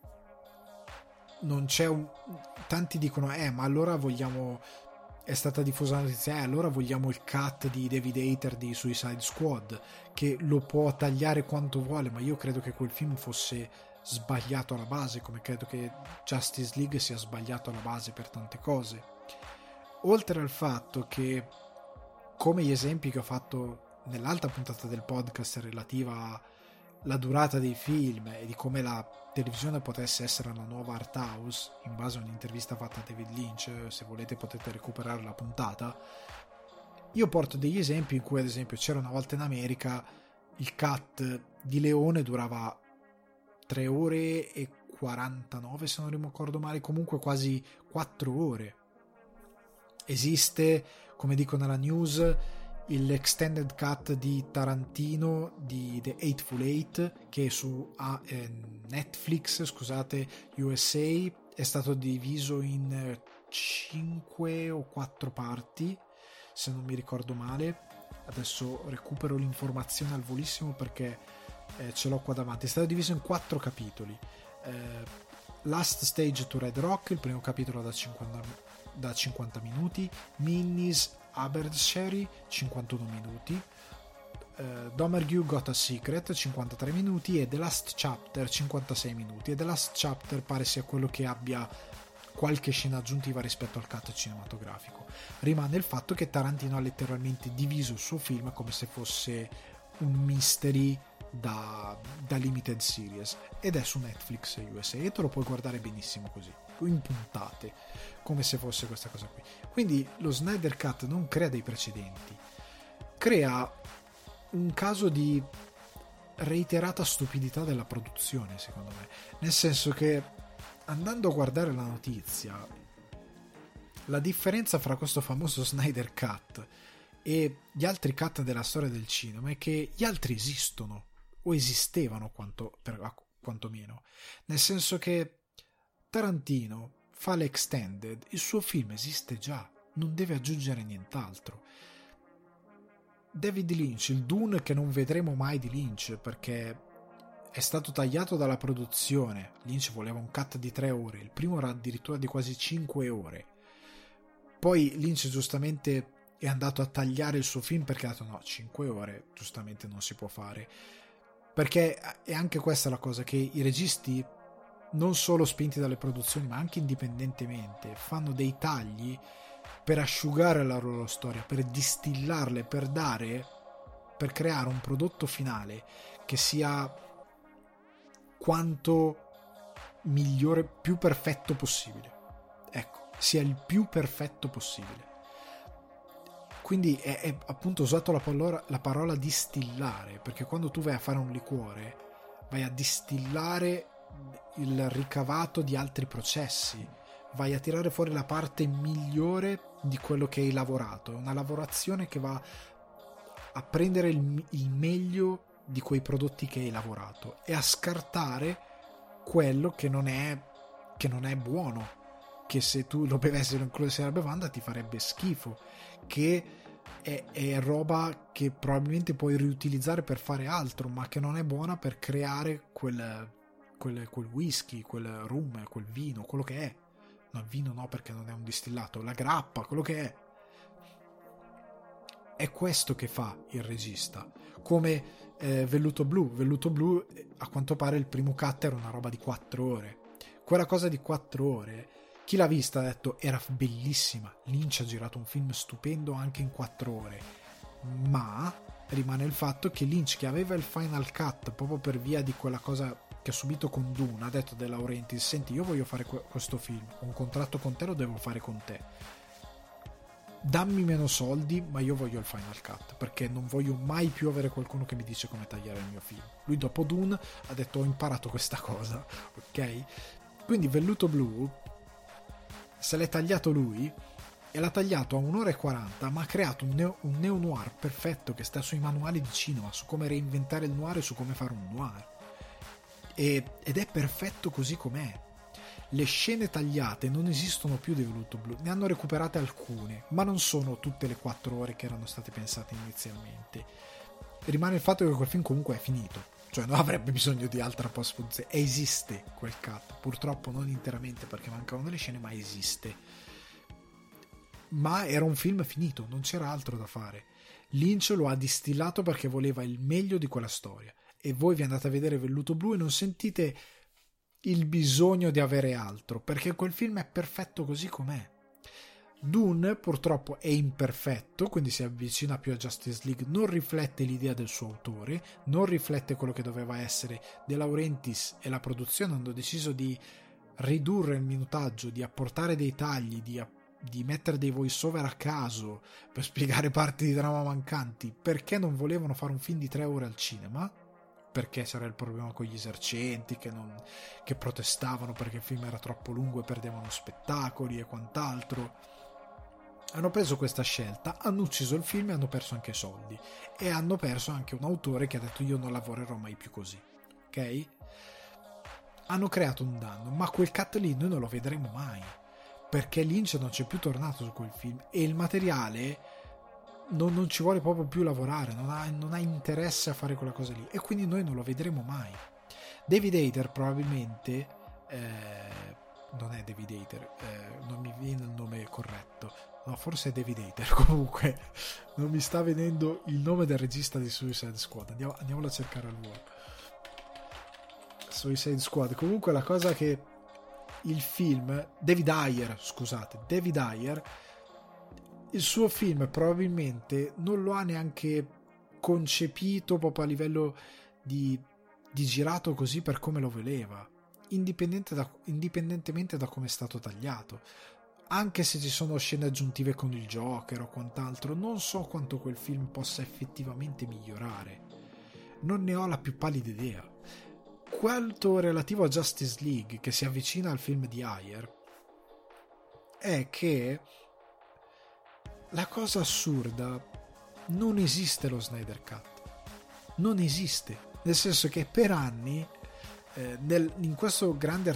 non c'è tanti dicono ma allora vogliamo, è stata diffusa la notizia, allora vogliamo il cut di David Hayter di Suicide Squad, che lo può tagliare quanto vuole, ma io credo che quel film fosse sbagliato alla base, come credo che Justice League sia sbagliato alla base per tante cose. Oltre al fatto che, come gli esempi che ho fatto nell'altra puntata del podcast relativa alla durata dei film e di come la televisione potesse essere una nuova art house, in base a un'intervista fatta a David Lynch, se volete potete recuperare la puntata, io porto degli esempi in cui ad esempio c'era una volta in America il cut di Leone durava 3 ore e 49 se non ricordo male, comunque quasi 4 ore. Esiste, come dico nella news, l'extended cut di Tarantino di The Hateful Eight, che su Netflix, scusate, USA, è stato diviso in 5 o 4 parti, se non mi ricordo male. Adesso recupero l'informazione al volissimo perché ce l'ho qua davanti. È stato diviso in 4 capitoli. Last Stage to Red Rock, il primo capitolo da 50 minuti, Minnie's Haberdashery 51 minuti, Domergue Got a Secret 53 minuti e The Last Chapter 56 minuti. E The Last Chapter pare sia quello che abbia qualche scena aggiuntiva rispetto al cut cinematografico. Rimane il fatto che Tarantino ha letteralmente diviso il suo film come se fosse un mystery da limited series, ed è su Netflix USA e te lo puoi guardare benissimo così, in puntate, come se fosse questa cosa qui. Quindi lo Snyder Cut non crea dei precedenti, crea un caso di reiterata stupidità della produzione, secondo me, nel senso che, andando a guardare la notizia, la differenza fra questo famoso Snyder Cut e gli altri cut della storia del cinema è che gli altri esistono, o esistevano quantomeno, nel senso che Tarantino fa l'extended, il suo film esiste già, non deve aggiungere nient'altro. David Lynch, il Dune che non vedremo mai di Lynch perché è stato tagliato dalla produzione. Lynch voleva un cut di 3 ore, il primo era addirittura di quasi 5 ore. Poi Lynch giustamente è andato a tagliare il suo film perché ha detto no, 5 ore giustamente non si può fare, perché è anche questa la cosa, che i registi, non solo spinti dalle produzioni ma anche indipendentemente, fanno dei tagli per asciugare la loro storia, per distillarle, per creare un prodotto finale che sia quanto migliore, più perfetto possibile. Ecco, sia il più perfetto possibile. Quindi è appunto usato la parola distillare, perché quando tu vai a fare un liquore vai a distillare il ricavato di altri processi, vai a tirare fuori la parte migliore di quello che hai lavorato. È una lavorazione che va a prendere il meglio di quei prodotti che hai lavorato e a scartare quello che non è buono, che se tu lo bevessi o includessi nella bevanda ti farebbe schifo, che è roba che probabilmente puoi riutilizzare per fare altro, ma che non è buona per creare quel whisky, quel rum, quel vino, quello che è. No, il vino no, perché non è un distillato, la grappa, quello che è. È questo che fa il regista. Come Velluto Blu, a quanto pare il primo cut era una roba di 4 ore. Quella cosa di 4 ore, chi l'ha vista ha detto era bellissima. Lynch ha girato un film stupendo anche in 4 ore. Ma rimane il fatto che Lynch, che aveva il final cut proprio per via di quella cosa che ha subito con Dune, ha detto De Laurentiis: senti, io voglio fare questo film, un contratto con te lo devo fare con te, dammi meno soldi ma io voglio il final cut, perché non voglio mai più avere qualcuno che mi dice come tagliare il mio film. Lui dopo Dune ha detto ho imparato questa cosa, ok? Quindi Velluto Blu se l'è tagliato lui e l'ha tagliato a 1 ora e 40, ma ha creato un neo-noir perfetto che sta sui manuali di cinema, su come reinventare il noir e su come fare un noir, ed è perfetto così com'è. Le scene tagliate non esistono più di Velluto Blu, ne hanno recuperate alcune, ma non sono tutte le 4 ore che erano state pensate inizialmente. Rimane il fatto che quel film comunque è finito, cioè non avrebbe bisogno di altra post-produzione. Esiste quel cut, purtroppo non interamente perché mancavano delle scene, ma esiste. Ma era un film finito, non c'era altro da fare. Lynch lo ha distillato perché voleva il meglio di quella storia, e voi vi andate a vedere Velluto Blu e non sentite il bisogno di avere altro, perché quel film è perfetto così com'è. Dune purtroppo è imperfetto, quindi si avvicina più a Justice League, non riflette l'idea del suo autore, non riflette quello che doveva essere. De Laurentiis e la produzione hanno deciso di ridurre il minutaggio, di apportare dei tagli, di mettere dei voice over a caso per spiegare parti di trama mancanti, perché non volevano fare un film di 3 ore al cinema, perché c'era il problema con gli esercenti che protestavano perché il film era troppo lungo e perdevano spettacoli e quant'altro. Hanno preso questa scelta, hanno ucciso il film e hanno perso anche soldi, e hanno perso anche un autore che ha detto io non lavorerò mai più così, ok? Hanno creato un danno, ma quel cut lì noi non lo vedremo mai, perché Lynch non c'è più tornato su quel film e il materiale non ci vuole proprio più lavorare, non ha interesse a fare quella cosa lì, e quindi noi non lo vedremo mai. David Hayter probabilmente non è David Hayter, non mi viene il nome corretto, no, forse è David Hayter, comunque non mi sta venendo il nome del regista di Suicide Squad, andiamolo a cercare al volo. Suicide Squad, comunque la cosa che il film David Ayer, il suo film probabilmente non lo ha neanche concepito proprio a livello di girato così per come lo voleva, indipendentemente da come è stato tagliato. Anche se ci sono scene aggiuntive con il Joker o quant'altro, non so quanto quel film possa effettivamente migliorare, non ne ho la più pallida idea. Quanto relativo a Justice League, che si avvicina al film di Ayer, è che la cosa assurda, non esiste lo Snyder Cut, non esiste, nel senso che per anni in questo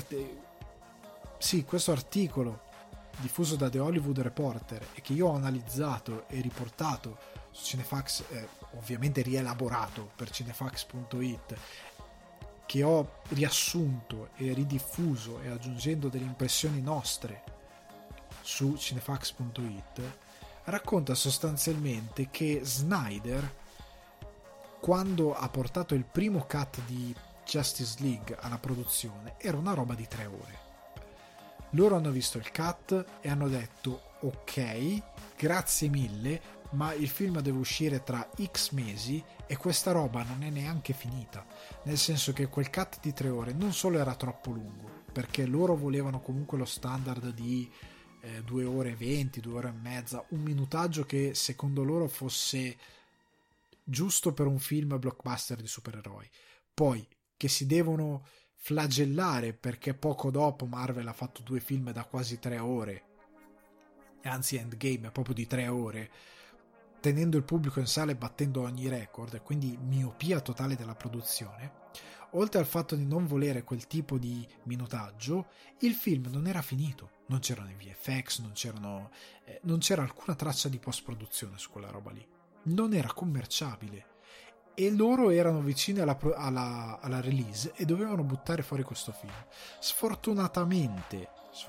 questo articolo diffuso da The Hollywood Reporter e che io ho analizzato e riportato su Cinefax, ovviamente rielaborato per cinefax.it, che ho riassunto e ridiffuso e aggiungendo delle impressioni nostre su cinefax.it, racconta sostanzialmente che Snyder, quando ha portato il primo cut di Justice League alla produzione, era una roba di 3 ore. Loro hanno visto il cut e hanno detto ok, grazie mille, ma il film deve uscire tra X mesi e questa roba non è neanche finita, nel senso che quel cut di 3 ore non solo era troppo lungo, perché loro volevano comunque lo standard di 2 ore e 20, 2 ore e mezza, un minutaggio che secondo loro fosse giusto per un film blockbuster di supereroi. Poi che si devono flagellare perché poco dopo Marvel ha fatto 2 film da quasi 3 ore, anzi Endgame è proprio di 3 ore, tenendo il pubblico in sala e battendo ogni record, e quindi miopia totale della produzione. Oltre al fatto di non volere quel tipo di minutaggio, il film non era finito, non c'erano i VFX, non c'era alcuna traccia di post-produzione su quella roba lì, non era commerciabile, e loro erano vicini alla release e dovevano buttare fuori questo film. Sfortunatamente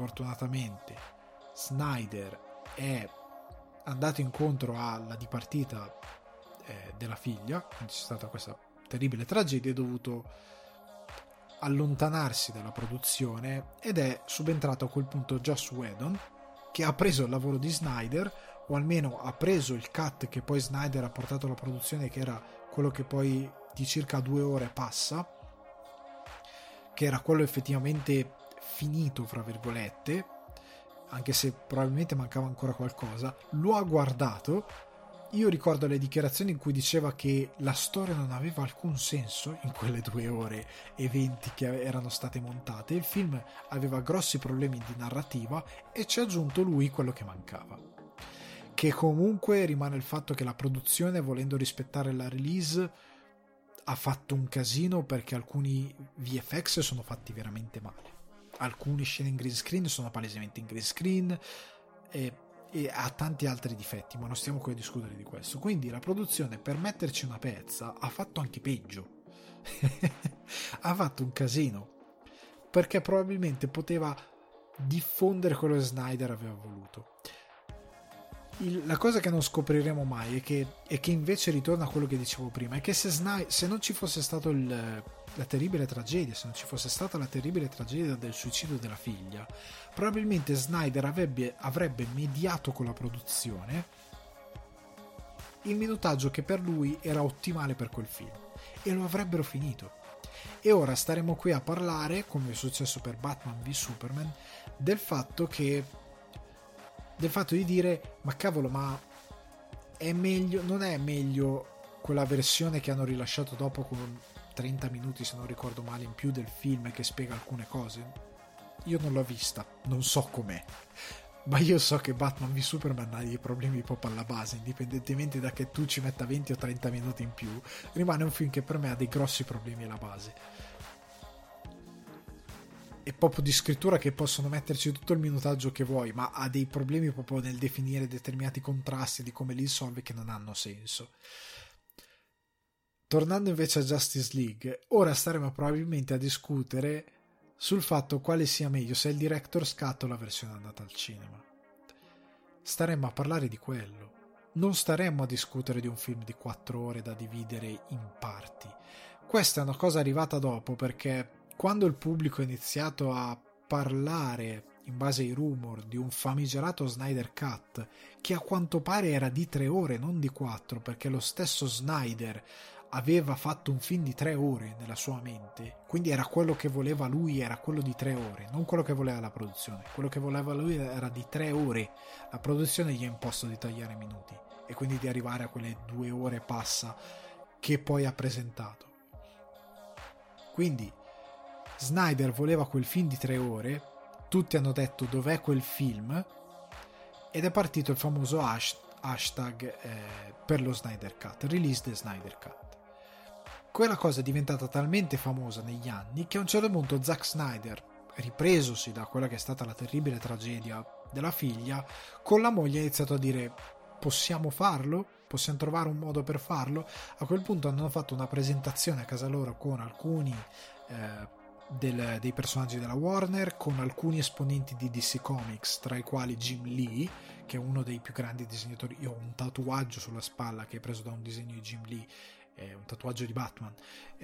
Snyder è andato incontro alla dipartita della figlia, quindi c'è stata questa terribile tragedia, è dovuto allontanarsi dalla produzione ed è subentrato a quel punto Joss Whedon, che ha preso il lavoro di Snyder, o almeno ha preso il cut che poi Snyder ha portato alla produzione, che era quello che poi di circa 2 ore passa, che era quello effettivamente finito fra virgolette, anche se probabilmente mancava ancora qualcosa. Lo ha guardato. Io ricordo le dichiarazioni in cui diceva che la storia non aveva alcun senso in quelle 2 ore e 20 che erano state montate, il film aveva grossi problemi di narrativa e ci ha aggiunto lui quello che mancava, che comunque rimane il fatto che la produzione, volendo rispettare la release, ha fatto un casino, perché alcuni VFX sono fatti veramente male, alcune scene in green screen sono palesemente in green screen e ha tanti altri difetti, ma non stiamo qui a discutere di questo. Quindi la produzione, per metterci una pezza, ha fatto anche peggio ha fatto un casino, perché probabilmente poteva diffondere quello che Snyder aveva voluto. La cosa che non scopriremo mai è che invece ritorna a quello che dicevo prima, è che se non ci fosse stato la terribile tragedia, se non ci fosse stata la terribile tragedia del suicidio della figlia, probabilmente Snyder avrebbe mediato con la produzione il minutaggio che per lui era ottimale per quel film, e lo avrebbero finito. E ora staremo qui a parlare, come è successo per Batman v Superman, del fatto di dire ma cavolo, ma è meglio, non è meglio quella versione che hanno rilasciato dopo con 30 minuti se non ricordo male in più del film che spiega alcune cose. Io non l'ho vista, non so com'è, ma io so che Batman v Superman ha dei problemi proprio alla base, indipendentemente da che tu ci metta 20 o 30 minuti in più, rimane un film che per me ha dei grossi problemi alla base, e proprio di scrittura, che possono metterci tutto il minutaggio che vuoi, ma ha dei problemi proprio nel definire determinati contrasti, di come li risolve, che non hanno senso. Tornando invece a Justice League, ora staremo probabilmente a discutere sul fatto quale sia meglio, se è il Director's Cut o la versione andata al cinema. Staremmo a parlare di quello. Non staremmo a discutere di un film di 4 ore da dividere in parti. Questa è una cosa arrivata dopo, perché quando il pubblico ha iniziato a parlare, in base ai rumor, di un famigerato Snyder Cut, che a quanto pare era di 3 ore, non di 4, perché lo stesso Snyder aveva fatto un film di 3 ore nella sua mente, quindi era quello che voleva lui, era quello di 3 ore, non quello che voleva la produzione. Quello che voleva lui era di 3 ore, la produzione gli ha imposto di tagliare minuti e quindi di arrivare a quelle 2 ore e passa che poi ha presentato. Quindi Snyder voleva quel film di 3 ore, tutti hanno detto dov'è quel film, ed è partito il famoso hashtag per lo Snyder Cut, release the Snyder Cut. Quella cosa è diventata talmente famosa negli anni che a un certo punto Zack Snyder, ripresosi da quella che è stata la terribile tragedia della figlia, con la moglie ha iniziato a dire: possiamo farlo? Possiamo trovare un modo per farlo? A quel punto hanno fatto una presentazione a casa loro con alcuni dei personaggi della Warner, con alcuni esponenti di DC Comics, tra i quali Jim Lee, che è uno dei più grandi disegnatori. Io ho un tatuaggio sulla spalla che è preso da un disegno di Jim Lee, un tatuaggio di Batman.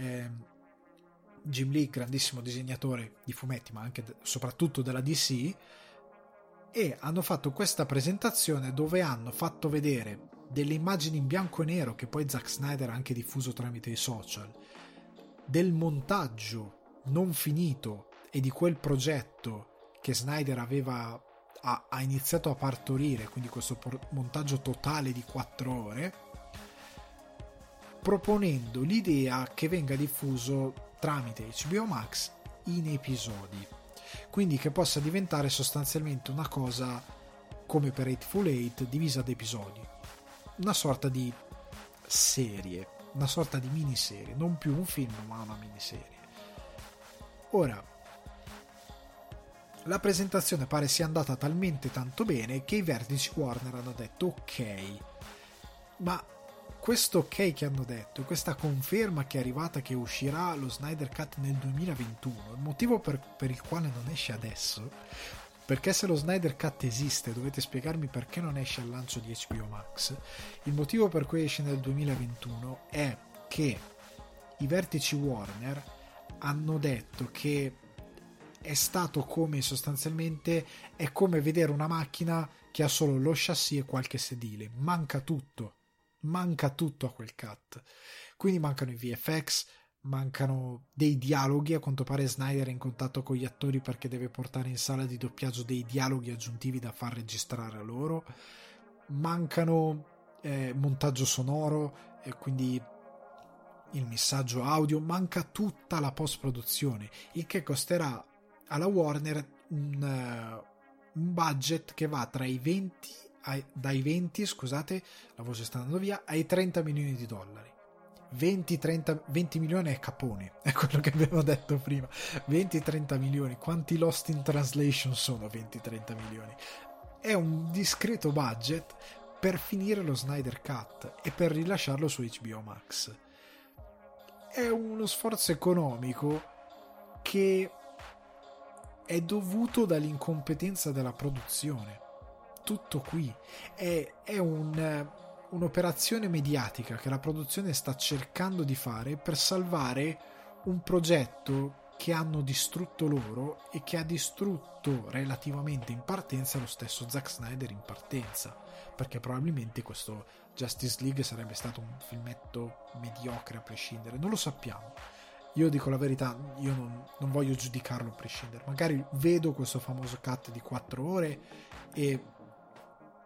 Jim Lee, grandissimo disegnatore di fumetti, ma anche soprattutto della DC, e hanno fatto questa presentazione dove hanno fatto vedere delle immagini in bianco e nero che poi Zack Snyder ha anche diffuso tramite i social, del montaggio non finito e di quel progetto che Snyder ha iniziato a partorire, quindi questo montaggio totale di 4 ore, proponendo l'idea che venga diffuso tramite HBO Max in episodi, quindi che possa diventare sostanzialmente una cosa come per Hateful Eight, divisa ad episodi, una sorta di serie, una sorta di miniserie, non più un film ma una miniserie. Ora, la presentazione pare sia andata talmente tanto bene che i vertici Warner hanno detto ok, ma questo ok che hanno detto, questa conferma che è arrivata che uscirà lo Snyder Cut nel 2021, il motivo per il quale non esce adesso, perché se lo Snyder Cut esiste dovete spiegarmi perché non esce al lancio di HBO Max. Il motivo per cui esce nel 2021 è che i vertici Warner hanno detto che è stato come, sostanzialmente è come vedere una macchina che ha solo lo chassis e qualche sedile, manca tutto a quel cut, quindi mancano i VFX, mancano dei dialoghi. A quanto pare Snyder è in contatto con gli attori perché deve portare in sala di doppiaggio dei dialoghi aggiuntivi da far registrare a loro, mancano montaggio sonoro, quindi il missaggio audio, manca tutta la post produzione, il che costerà alla Warner un budget che va tra i 20, scusate, la voce sta andando via, ai 30 milioni di dollari. 20 milioni è capone, è quello che abbiamo detto prima. 20-30 milioni, quanti Lost in Translation sono 20-30 milioni? È un discreto budget per finire lo Snyder Cut e per rilasciarlo su HBO Max. È uno sforzo economico che è dovuto dall'incompetenza della produzione. Tutto qui è un'operazione mediatica che la produzione sta cercando di fare per salvare un progetto che hanno distrutto loro e che ha distrutto relativamente in partenza lo stesso Zack Snyder in partenza, perché probabilmente questo Justice League sarebbe stato un filmetto mediocre a prescindere, non lo sappiamo. Io dico la verità, io non voglio giudicarlo a prescindere, magari vedo questo famoso cut di 4 ore e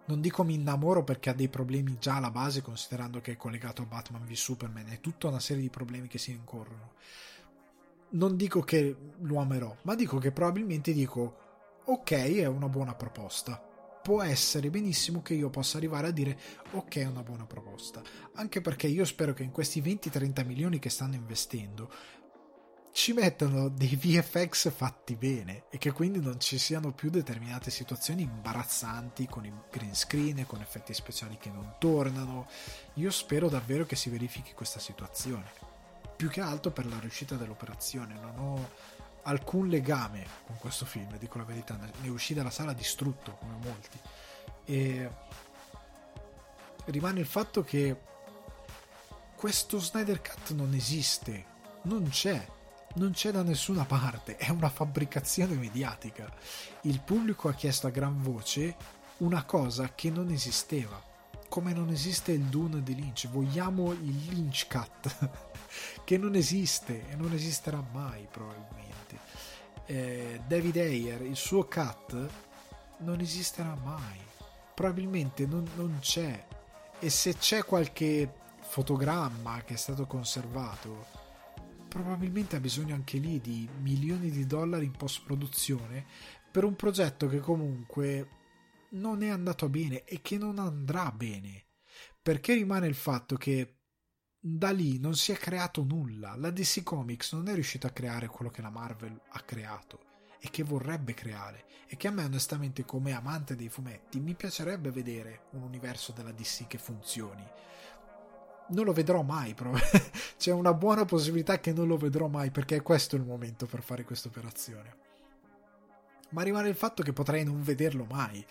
Non dico mi innamoro perché ha dei problemi già alla base, considerando che è collegato a Batman v Superman, è tutta una serie di problemi che si incorrono. Non dico che lo amerò, ma dico che probabilmente dico ok, è una buona proposta. Può essere benissimo che io possa arrivare a dire ok, è una buona proposta, anche perché io spero che in questi 20-30 milioni che stanno investendo ci mettano dei VFX fatti bene e che quindi non ci siano più determinate situazioni imbarazzanti con i green screen e con effetti speciali che non tornano. Io spero davvero che si verifichi questa situazione, più che altro per la riuscita dell'operazione. Non ho alcun legame con questo film, dico la verità, ne uscì dalla sala distrutto come molti, e rimane il fatto che questo Snyder Cut non esiste, non c'è da nessuna parte, è una fabbricazione mediatica. Il pubblico ha chiesto a gran voce una cosa che non esisteva, come non esiste il Dune di Lynch. Vogliamo il Lynch Cut che non esiste e non esisterà mai probabilmente. David Ayer, il suo cut non esisterà mai, probabilmente non c'è, e se c'è qualche fotogramma che è stato conservato probabilmente ha bisogno anche lì di milioni di dollari in post produzione per un progetto che comunque non è andato bene e che non andrà bene, perché rimane il fatto che da lì non si è creato nulla. La DC Comics non è riuscita a creare quello che la Marvel ha creato e che vorrebbe creare, e che a me onestamente, come amante dei fumetti, mi piacerebbe vedere un universo della DC che funzioni. Non lo vedrò mai, c'è una buona possibilità che non lo vedrò mai, perché è questo il momento per fare questa operazione. Ma rimane il fatto che potrei non vederlo mai.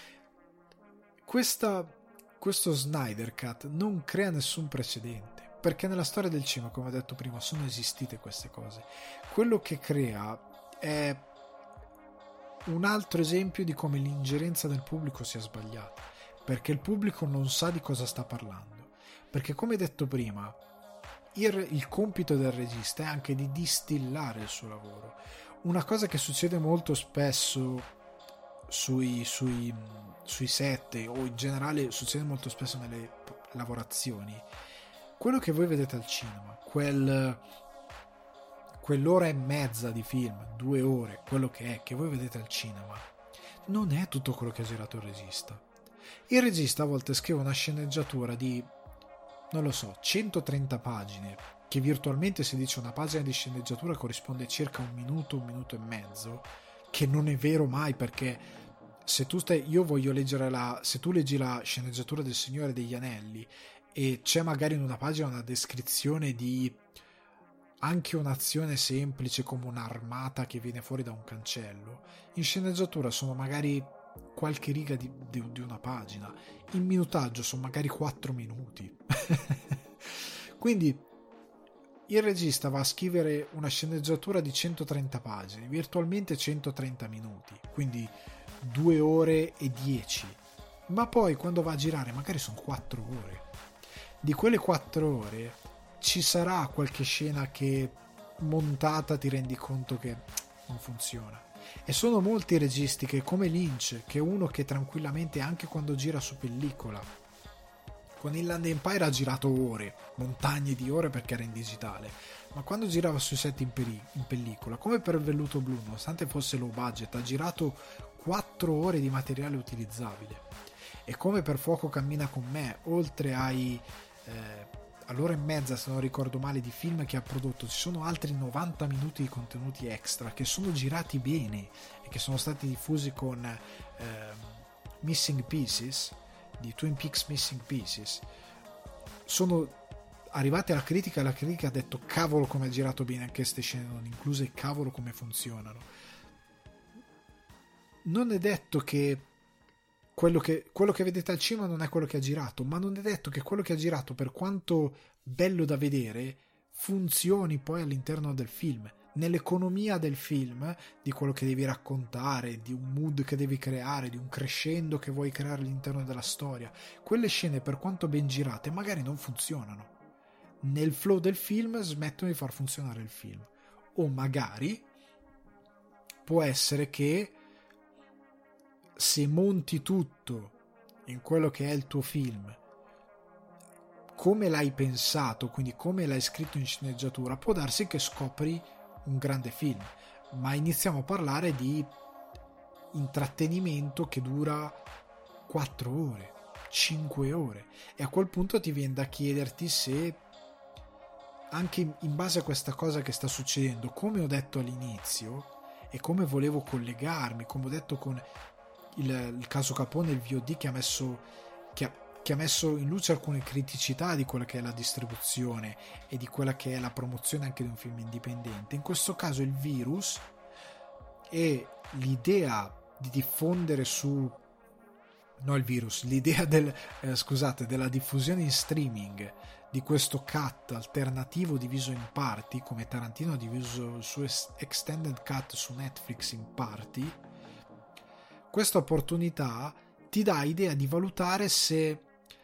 Questo Snyder Cut non crea nessun precedente, perché nella storia del cinema, come ho detto prima, sono esistite queste cose. Quello che crea è un altro esempio di come l'ingerenza del pubblico sia sbagliata, perché il pubblico non sa di cosa sta parlando. Perché, come detto prima, il compito del regista è anche di distillare il suo lavoro. Una cosa che succede molto spesso sui set, o in generale succede molto spesso nelle lavorazioni, quello che voi vedete al cinema, quell'ora e mezza di film, 2 ore, quello che voi vedete al cinema, non è tutto quello che ha girato il regista. Il regista a volte scrive una sceneggiatura di, non lo so, 130 pagine, che virtualmente, si dice una pagina di sceneggiatura corrisponde circa un minuto e mezzo, che non è vero mai, perché se tu leggi la sceneggiatura del Signore degli Anelli e c'è magari in una pagina una descrizione di anche un'azione semplice come un'armata che viene fuori da un cancello, in sceneggiatura sono magari qualche riga di una pagina, in minutaggio sono magari 4 minuti. Quindi il regista va a scrivere una sceneggiatura di 130 pagine, virtualmente 130 minuti, quindi 2 ore e 10, ma poi quando va a girare magari sono 4 ore. Di quelle 4 ore ci sarà qualche scena che montata ti rendi conto che non funziona, e sono molti registi che, come Lynch, che è uno che tranquillamente, anche quando gira su pellicola, con Inland Empire ha girato ore, montagne di ore, perché era in digitale, ma quando girava sui set in pellicola, come per il Velluto Blu, nonostante fosse low budget, ha girato 4 ore di materiale utilizzabile. E come per Fuoco cammina con me, oltre ai all'ora e mezza, se non ricordo male, di film che ha prodotto, ci sono altri 90 minuti di contenuti extra che sono girati bene e che sono stati diffusi con Missing Pieces di Twin Peaks. Missing Pieces sono arrivati alla critica, e la critica ha detto cavolo come è girato bene anche queste scene non incluse, cavolo come funzionano. Non è detto che quello che vedete al cinema non è quello che ha girato, ma non è detto che quello che ha girato, per quanto bello da vedere, funzioni poi all'interno del film, nell'economia del film, di quello che devi raccontare, di un mood che devi creare, di un crescendo che vuoi creare all'interno della storia. Quelle scene, per quanto ben girate, magari non funzionano. Nel flow del film smettono di far funzionare il film. O magari può essere che se monti tutto in quello che è il tuo film, come l'hai pensato, quindi come l'hai scritto in sceneggiatura, può darsi che scopri un grande film, ma iniziamo a parlare di intrattenimento che dura 4 ore, 5 ore, e a quel punto ti viene da chiederti se anche in base a questa cosa che sta succedendo, come ho detto all'inizio e come volevo collegarmi, come ho detto con il caso Capone, il VOD che ha messo in luce alcune criticità di quella che è la distribuzione e di quella che è la promozione anche di un film indipendente. In questo caso il virus e l'idea di diffondere l'idea della diffusione in streaming di questo cut alternativo diviso in parti, come Tarantino ha diviso il suo extended cut su Netflix in parti. Questa opportunità ti dà idea di valutare se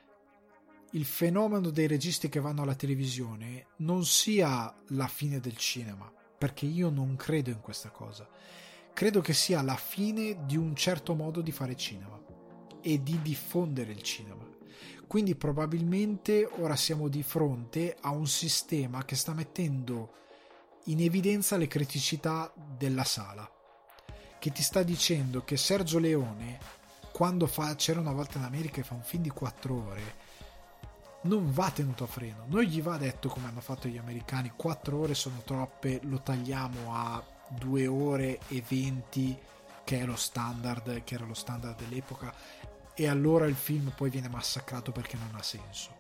il fenomeno dei registi che vanno alla televisione non sia la fine del cinema, perché io non credo in questa cosa. Credo che sia la fine di un certo modo di fare cinema e di diffondere il cinema. Quindi probabilmente ora siamo di fronte a un sistema che sta mettendo in evidenza le criticità della sala, che ti sta dicendo che Sergio Leone, quando C'era una volta in America e fa un film di 4 ore, non va tenuto a freno. Non gli va detto, come hanno fatto gli americani, 4 ore sono troppe, lo tagliamo a 2 ore e 20, che era lo standard dell'epoca, e allora il film poi viene massacrato perché non ha senso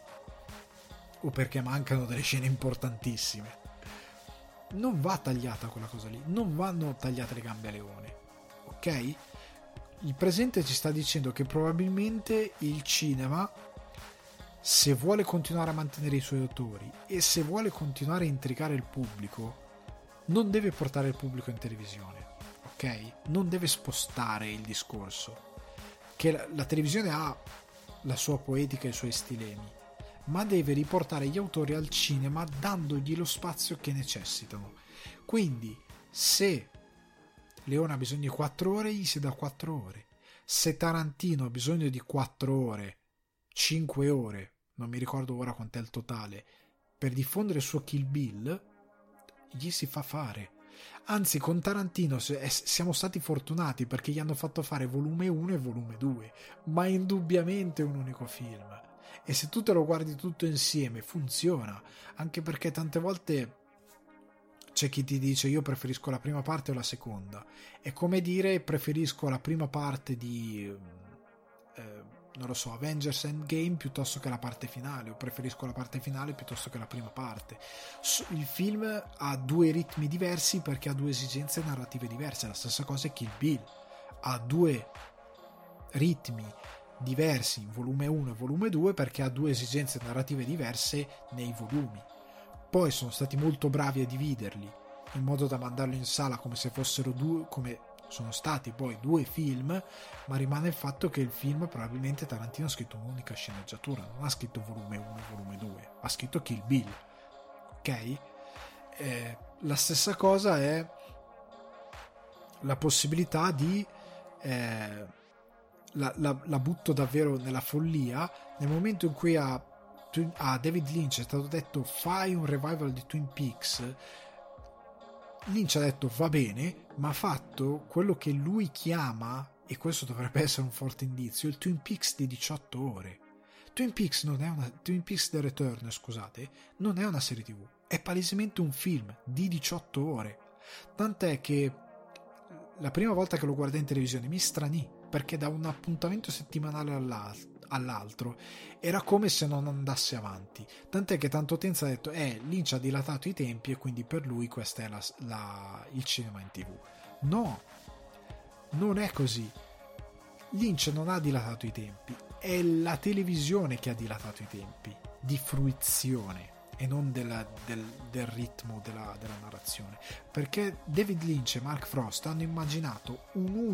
o perché mancano delle scene importantissime. Non va tagliata quella cosa lì, non vanno tagliate le gambe a Leone, ok? Il presente ci sta dicendo che probabilmente il cinema, se vuole continuare a mantenere i suoi autori e se vuole continuare a intrigare il pubblico, non deve portare il pubblico in televisione, ok? Non deve spostare il discorso, che la televisione ha la sua poetica e i suoi stilemi, ma deve riportare gli autori al cinema dandogli lo spazio che necessitano. Quindi se Leone ha bisogno di 4 ore, gli si dà 4 ore. Se Tarantino ha bisogno di 4 ore, 5 ore, non mi ricordo ora quant'è il totale, per diffondere il suo Kill Bill, gli si fa fare. Anzi, con Tarantino siamo stati fortunati perché gli hanno fatto fare volume 1 e volume 2, ma indubbiamente un unico film. E se tu te lo guardi tutto insieme funziona, anche perché tante volte c'è chi ti dice io preferisco la prima parte o la seconda. È come dire preferisco la prima parte di non lo so, Avengers Endgame piuttosto che la parte finale, o preferisco la parte finale piuttosto che la prima parte. Il film ha 2 ritmi diversi perché ha 2 esigenze narrative diverse. La stessa cosa è Kill Bill, ha 2 ritmi diversi in volume 1 e volume 2 perché ha 2 esigenze narrative diverse nei volumi. Poi sono stati molto bravi a dividerli in modo da mandarlo in sala come se fossero 2, come sono stati poi 2 film, ma rimane il fatto che il film probabilmente Tarantino ha scritto un'unica sceneggiatura, non ha scritto volume 1 e volume 2, ha scritto Kill Bill, ok? La stessa cosa è la possibilità di la butto davvero nella follia, nel momento in cui a David Lynch è stato detto fai un revival di Twin Peaks, Lynch ha detto va bene, ma ha fatto quello che lui chiama, e questo dovrebbe essere un forte indizio, il Twin Peaks di 18 ore. Twin Peaks The Return, scusate, non è una serie TV, è palesemente un film di 18 ore. Tant'è che la prima volta che lo guardai in televisione mi stranì, perché da un appuntamento settimanale all'altro era come se non andasse avanti, tant'è che tanto Tenza ha detto Lynch ha dilatato i tempi e quindi per lui questo è il cinema in TV. No, non è così. Lynch non ha dilatato i tempi, è la televisione che ha dilatato i tempi di fruizione e non del ritmo della narrazione, perché David Lynch e Mark Frost hanno immaginato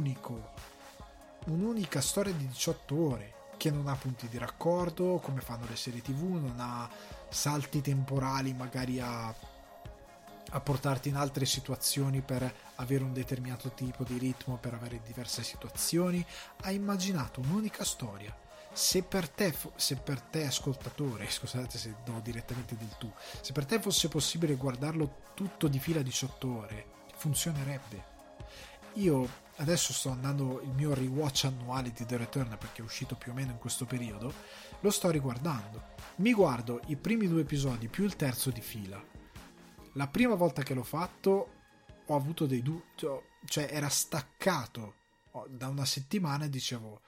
un'unica storia di 18 ore che non ha punti di raccordo come fanno le serie TV, non ha salti temporali magari a a portarti in altre situazioni per avere un determinato tipo di ritmo, per avere diverse situazioni. Ha immaginato un'unica storia. Se per te ascoltatore, scusate se do direttamente del tu, se per te fosse possibile guardarlo tutto di fila 18 ore, funzionerebbe. Io adesso sto andando il mio rewatch annuale di The Return, perché è uscito più o meno in questo periodo, lo sto riguardando. Mi guardo i primi 2 episodi più il terzo di fila. La prima volta che l'ho fatto ho avuto dei dubbi, cioè era staccato da una settimana e dicevo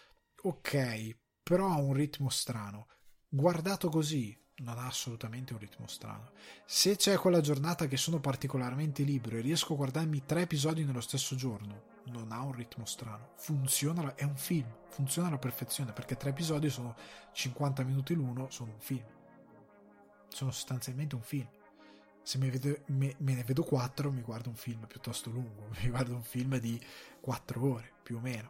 ok, però ha un ritmo strano. Guardato così non ha assolutamente un ritmo strano. Se c'è quella giornata che sono particolarmente libero e riesco a guardarmi 3 episodi nello stesso giorno, non ha un ritmo strano. Funziona, è un film, funziona alla perfezione, perché 3 episodi sono 50 minuti l'uno, sono un film. Sono sostanzialmente un film. Se me ne vedo 4, mi guardo un film piuttosto lungo, mi guardo un film di 4 ore, più o meno.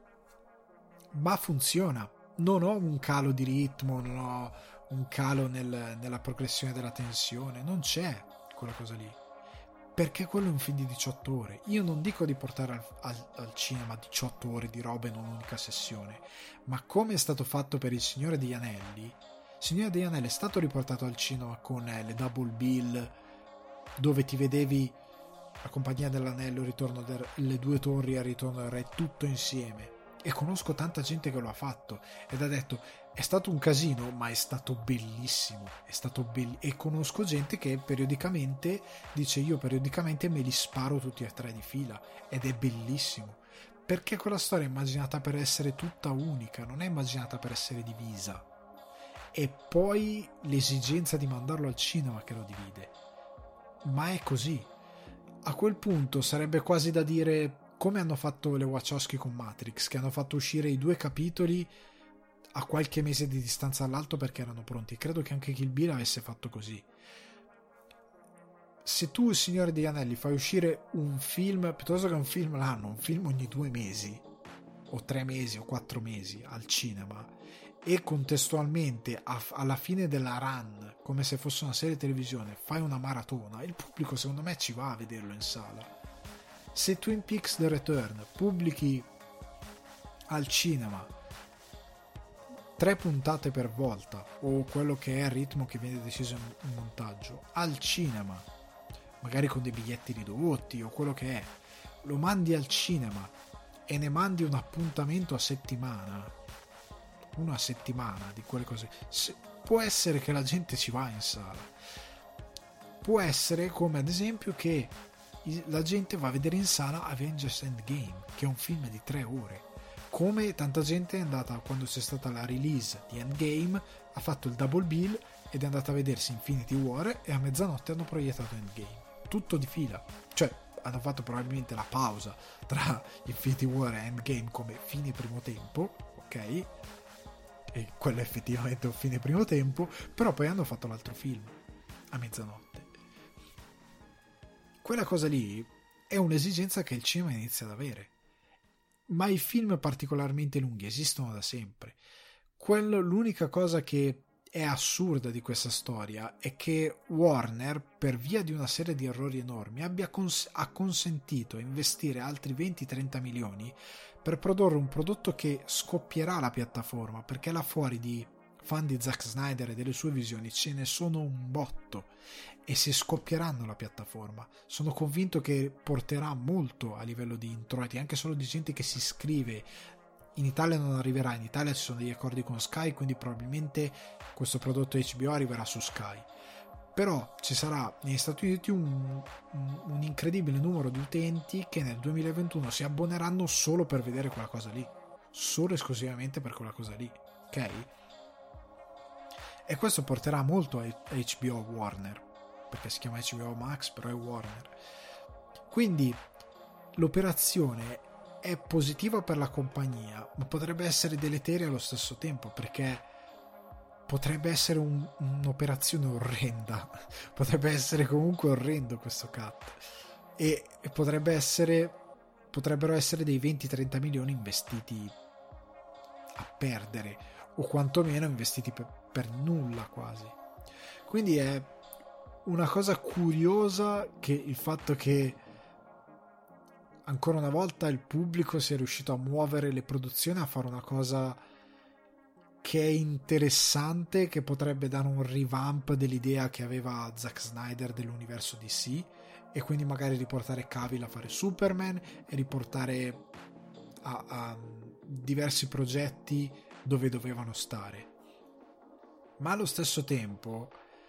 Ma funziona. Non ho un calo di ritmo, non ho un calo nella progressione della tensione, non c'è quella cosa lì, perché quello è un film di 18 ore. Io non dico di portare al cinema 18 ore di roba in un'unica sessione, ma come è stato fatto per Il Signore degli Anelli. Il Signore degli Anelli è stato riportato al cinema con le double bill, dove ti vedevi la Compagnia dell'Anello, il Ritorno le Due Torri e il Ritorno del Re tutto insieme. E conosco tanta gente che lo ha fatto ed ha detto è stato un casino, ma è stato bellissimo, e conosco gente che periodicamente dice io periodicamente me li sparo tutti e 3 di fila, ed è bellissimo, perché quella storia è immaginata per essere tutta unica, non è immaginata per essere divisa. E poi l'esigenza di mandarlo al cinema che lo divide, ma è così. A quel punto sarebbe quasi da dire come hanno fatto le Wachowski con Matrix, che hanno fatto uscire i 2 capitoli a qualche mese di distanza dall'altro perché erano pronti. Credo che anche Kill Bill avesse fatto così. Se tu, Il Signore degli Anelli, fai uscire un film piuttosto che un film l'anno, un film ogni 2 mesi o 3 mesi o 4 mesi al cinema, e contestualmente alla fine della run, come se fosse una serie televisione, fai una maratona, il pubblico secondo me ci va a vederlo in sala. Se Twin Peaks The Return pubblichi al cinema 3 puntate per volta, o quello che è il ritmo che viene deciso in montaggio, al cinema, magari con dei biglietti ridotti o quello che è, lo mandi al cinema e ne mandi un appuntamento a settimana, una settimana di quelle cose, può essere che la gente ci va in sala. Può essere come ad esempio che la gente va a vedere in sala Avengers Endgame, che è un film di 3 ore, come tanta gente è andata quando c'è stata la release di Endgame, ha fatto il double bill ed è andata a vedersi Infinity War, e a mezzanotte hanno proiettato Endgame, tutto di fila. Cioè hanno fatto probabilmente la pausa tra Infinity War e Endgame come fine primo tempo, ok, e quello è effettivamente un fine primo tempo, però poi hanno fatto l'altro film a mezzanotte. Quella cosa lì è un'esigenza che il cinema inizia ad avere, ma i film particolarmente lunghi esistono da sempre. L'unica cosa che è assurda di questa storia è che Warner, per via di una serie di errori enormi, ha consentito investire altri 20-30 milioni per produrre un prodotto che scoppierà la piattaforma, perché là fuori di fan di Zack Snyder e delle sue visioni ce ne sono un botto e si scoppieranno la piattaforma. Sono convinto che porterà molto a livello di introiti, anche solo di gente che si iscrive. In Italia non arriverà, in Italia ci sono degli accordi con Sky, quindi probabilmente questo prodotto HBO arriverà su Sky, però ci sarà negli Stati Uniti un incredibile numero di utenti che nel 2021 si abboneranno solo per vedere quella cosa lì, solo esclusivamente per quella cosa lì, ok? E questo porterà molto a HBO Warner, perché si chiama HBO Max, però è Warner. Quindi l'operazione è positiva per la compagnia, ma potrebbe essere deleteria allo stesso tempo, perché potrebbe essere un'operazione orrenda, potrebbe essere comunque orrendo questo cut, e potrebbero essere dei 20-30 milioni investiti a perdere, o quantomeno investiti per nulla quasi. Quindi è una cosa curiosa che il fatto che ancora una volta il pubblico sia riuscito a muovere le produzioni, a fare una cosa che è interessante, che potrebbe dare un revamp dell'idea che aveva Zack Snyder dell'universo DC, e quindi magari riportare Cavill a fare Superman e riportare a diversi progetti dove dovevano stare. Ma allo stesso tempo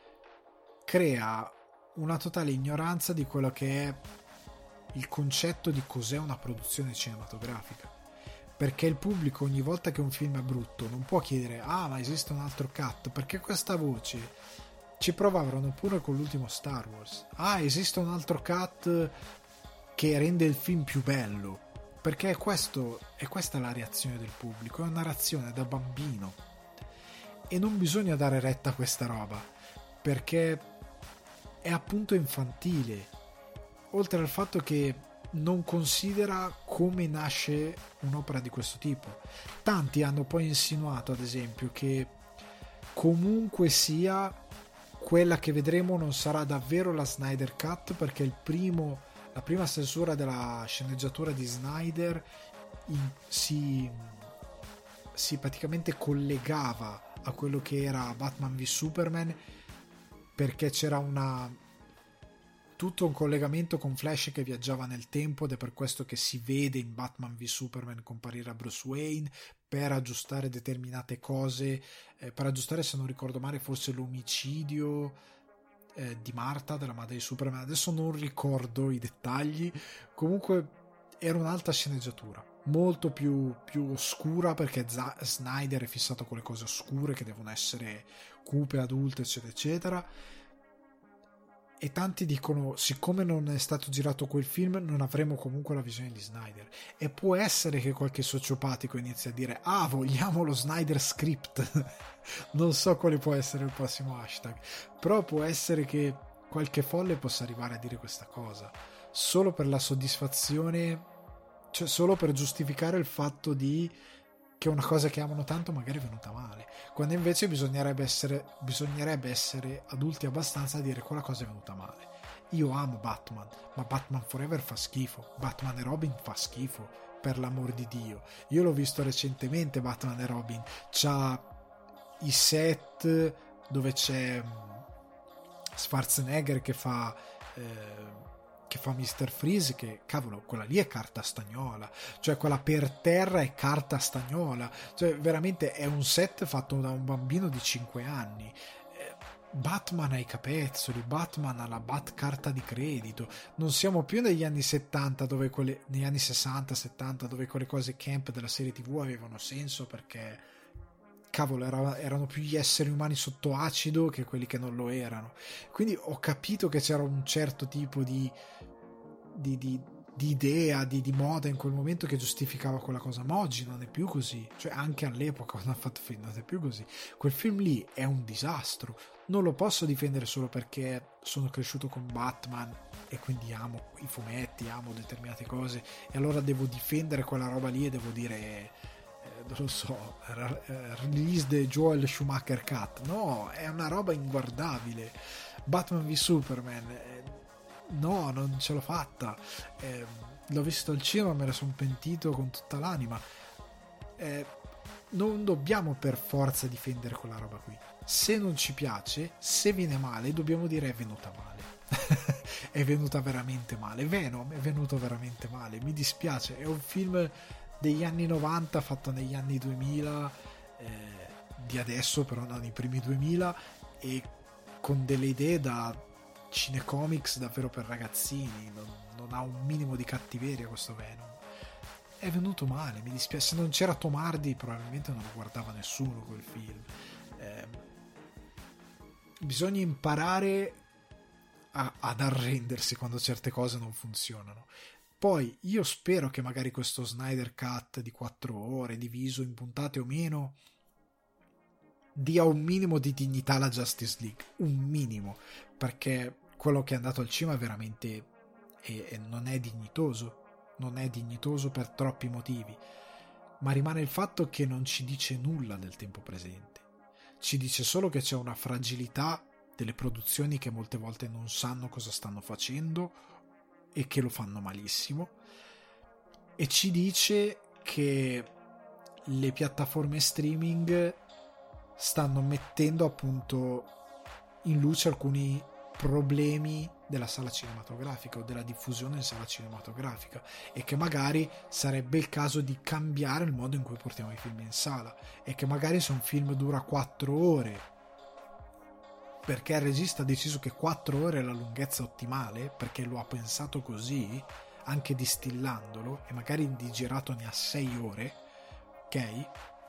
crea una totale ignoranza di quello che è il concetto di cos'è una produzione cinematografica, perché il pubblico ogni volta che un film è brutto non può chiedere ma esiste un altro cut, perché questa voce ci provavano pure con l'ultimo Star Wars. Esiste un altro cut che rende il film più bello, perché è questa la reazione del pubblico, è una reazione da bambino, e non bisogna dare retta a questa roba perché è appunto infantile, oltre al fatto che non considera come nasce un'opera di questo tipo. Tanti hanno poi insinuato, ad esempio, che comunque sia quella che vedremo non sarà davvero la Snyder Cut, perché la prima stesura della sceneggiatura di Snyder si praticamente collegava a quello che era Batman v Superman, perché c'era tutto un collegamento con Flash che viaggiava nel tempo, ed è per questo che si vede in Batman v Superman comparire a Bruce Wayne per aggiustare determinate cose, per aggiustare, se non ricordo male, forse l'omicidio di Martha, della madre di Superman. Adesso non ricordo i dettagli, comunque era un'altra sceneggiatura molto più oscura, perché Snyder è fissato con le cose oscure che devono essere cupe, adulte, eccetera eccetera. E tanti dicono, siccome non è stato girato quel film, non avremo comunque la visione di Snyder. E può essere che qualche sociopatico inizi a dire vogliamo lo Snyder script. Non so quale può essere il prossimo hashtag, però può essere che qualche folle possa arrivare a dire questa cosa solo per la soddisfazione, cioè solo per giustificare il fatto che una cosa che amano tanto magari è venuta male, quando invece bisognerebbe essere adulti abbastanza a dire quella cosa è venuta male. Io amo Batman, ma Batman Forever fa schifo, Batman e Robin fa schifo, per l'amor di Dio. Io l'ho visto recentemente, Batman e Robin, c'ha i set dove c'è Schwarzenegger che fa Mr. Freeze, che cavolo, quella lì è carta stagnola, cioè quella per terra è carta stagnola, cioè veramente è un set fatto da un bambino di 5 anni. Batman ha i capezzoli, Batman ha la carta di credito. Non siamo più negli anni 70 negli anni 60-70 dove quelle cose camp della serie TV avevano senso, perché cavolo, erano più gli esseri umani sotto acido che quelli che non lo erano. Quindi ho capito che c'era un certo tipo di idea, di moda in quel momento che giustificava quella cosa, ma oggi non è più così. Cioè anche all'epoca quando ha fatto film non è più così. Quel film lì è un disastro, non lo posso difendere solo perché sono cresciuto con Batman e quindi amo i fumetti, amo determinate cose, e allora devo difendere quella roba lì e devo dire non lo so, release the Joel Schumacher cut. No, è una roba inguardabile. Batman v Superman, no, non ce l'ho fatta. L'ho visto al cinema, me ne sono pentito con tutta l'anima. Non dobbiamo per forza difendere quella roba qui. Se non ci piace, se viene male, dobbiamo dire è venuta male. È venuta veramente male. Venom è venuto veramente male, mi dispiace. È un film degli anni 90 fatto negli anni 2000, di adesso però non i primi 2000, e con delle idee da cinecomics davvero per ragazzini. Non ha un minimo di cattiveria questo Venom. È venuto male, mi dispiace. Se non c'era Tom Hardy probabilmente non lo guardava nessuno quel film. Bisogna imparare ad arrendersi quando certe cose non funzionano. Poi io spero che magari questo Snyder Cut di 4 ore, diviso in puntate o meno, dia un minimo di dignità alla Justice League, un minimo, perché quello che è andato al cinema veramente non è dignitoso per troppi motivi, ma rimane il fatto che non ci dice nulla del tempo presente, ci dice solo che c'è una fragilità delle produzioni che molte volte non sanno cosa stanno facendo e che lo fanno malissimo, e ci dice che le piattaforme streaming stanno mettendo appunto in luce alcuni problemi della sala cinematografica o della diffusione in sala cinematografica, e che magari sarebbe il caso di cambiare il modo in cui portiamo i film in sala, e che magari se un film dura 4 ore perché il regista ha deciso che 4 ore è la lunghezza ottimale, perché lo ha pensato così, anche distillandolo, e magari di girato ne ha 6 ore, ok?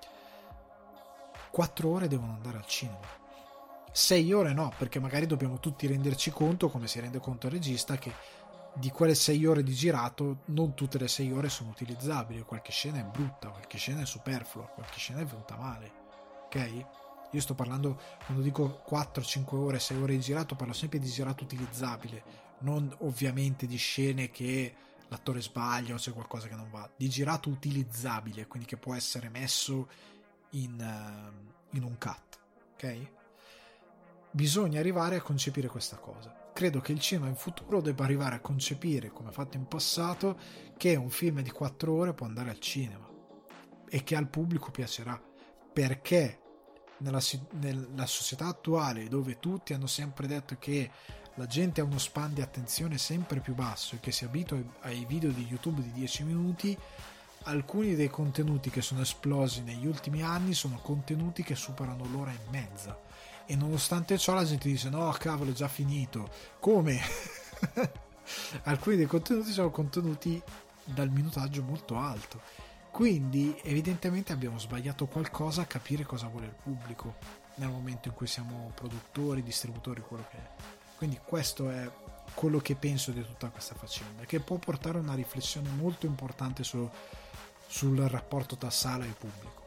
4 ore devono andare al cinema. 6 ore no, perché magari dobbiamo tutti renderci conto, come si rende conto il regista, che di quelle 6 ore di girato non tutte le 6 ore sono utilizzabili, qualche scena è brutta, qualche scena è superflua, qualche scena è venuta male, ok? Io sto parlando, quando dico 4, 5 ore, 6 ore di girato, parlo sempre di girato utilizzabile, non ovviamente di scene che l'attore sbaglia o c'è qualcosa che non va, di girato utilizzabile, quindi che può essere messo in un cut, ok? Bisogna arrivare a concepire questa cosa. Credo che il cinema in futuro debba arrivare a concepire, come fatto in passato, che un film di 4 ore può andare al cinema e che al pubblico piacerà, perché nella società attuale, dove tutti hanno sempre detto che la gente ha uno span di attenzione sempre più basso e che si abitua ai video di YouTube di 10 minuti, alcuni dei contenuti che sono esplosi negli ultimi anni sono contenuti che superano l'ora e mezza, e nonostante ciò la gente dice no cavolo è già finito. Come? Alcuni dei contenuti sono contenuti dal minutaggio molto alto, quindi evidentemente abbiamo sbagliato qualcosa a capire cosa vuole il pubblico nel momento in cui siamo produttori, distributori, quello che è. Quindi questo è quello che penso di tutta questa faccenda, che può portare a una riflessione molto importante sul rapporto tra sala e pubblico.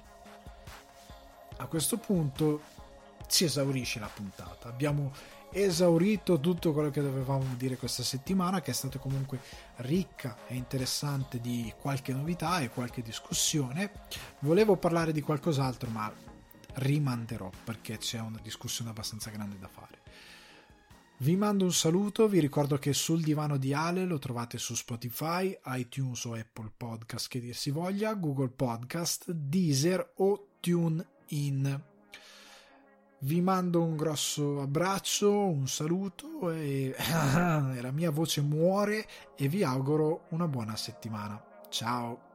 A questo punto si esaurisce la puntata. Abbiamo esaurito tutto quello che dovevamo dire questa settimana, che è stata comunque ricca e interessante di qualche novità e qualche discussione. Volevo parlare di qualcos'altro, ma rimanderò perché c'è una discussione abbastanza grande da fare. Vi mando un saluto, vi ricordo che Sul divano di Ale lo trovate su Spotify, iTunes o Apple Podcast che dir si voglia, Google Podcast, Deezer o TuneIn. Vi mando un grosso abbraccio, un saluto e la mia voce muore, e vi auguro una buona settimana. Ciao!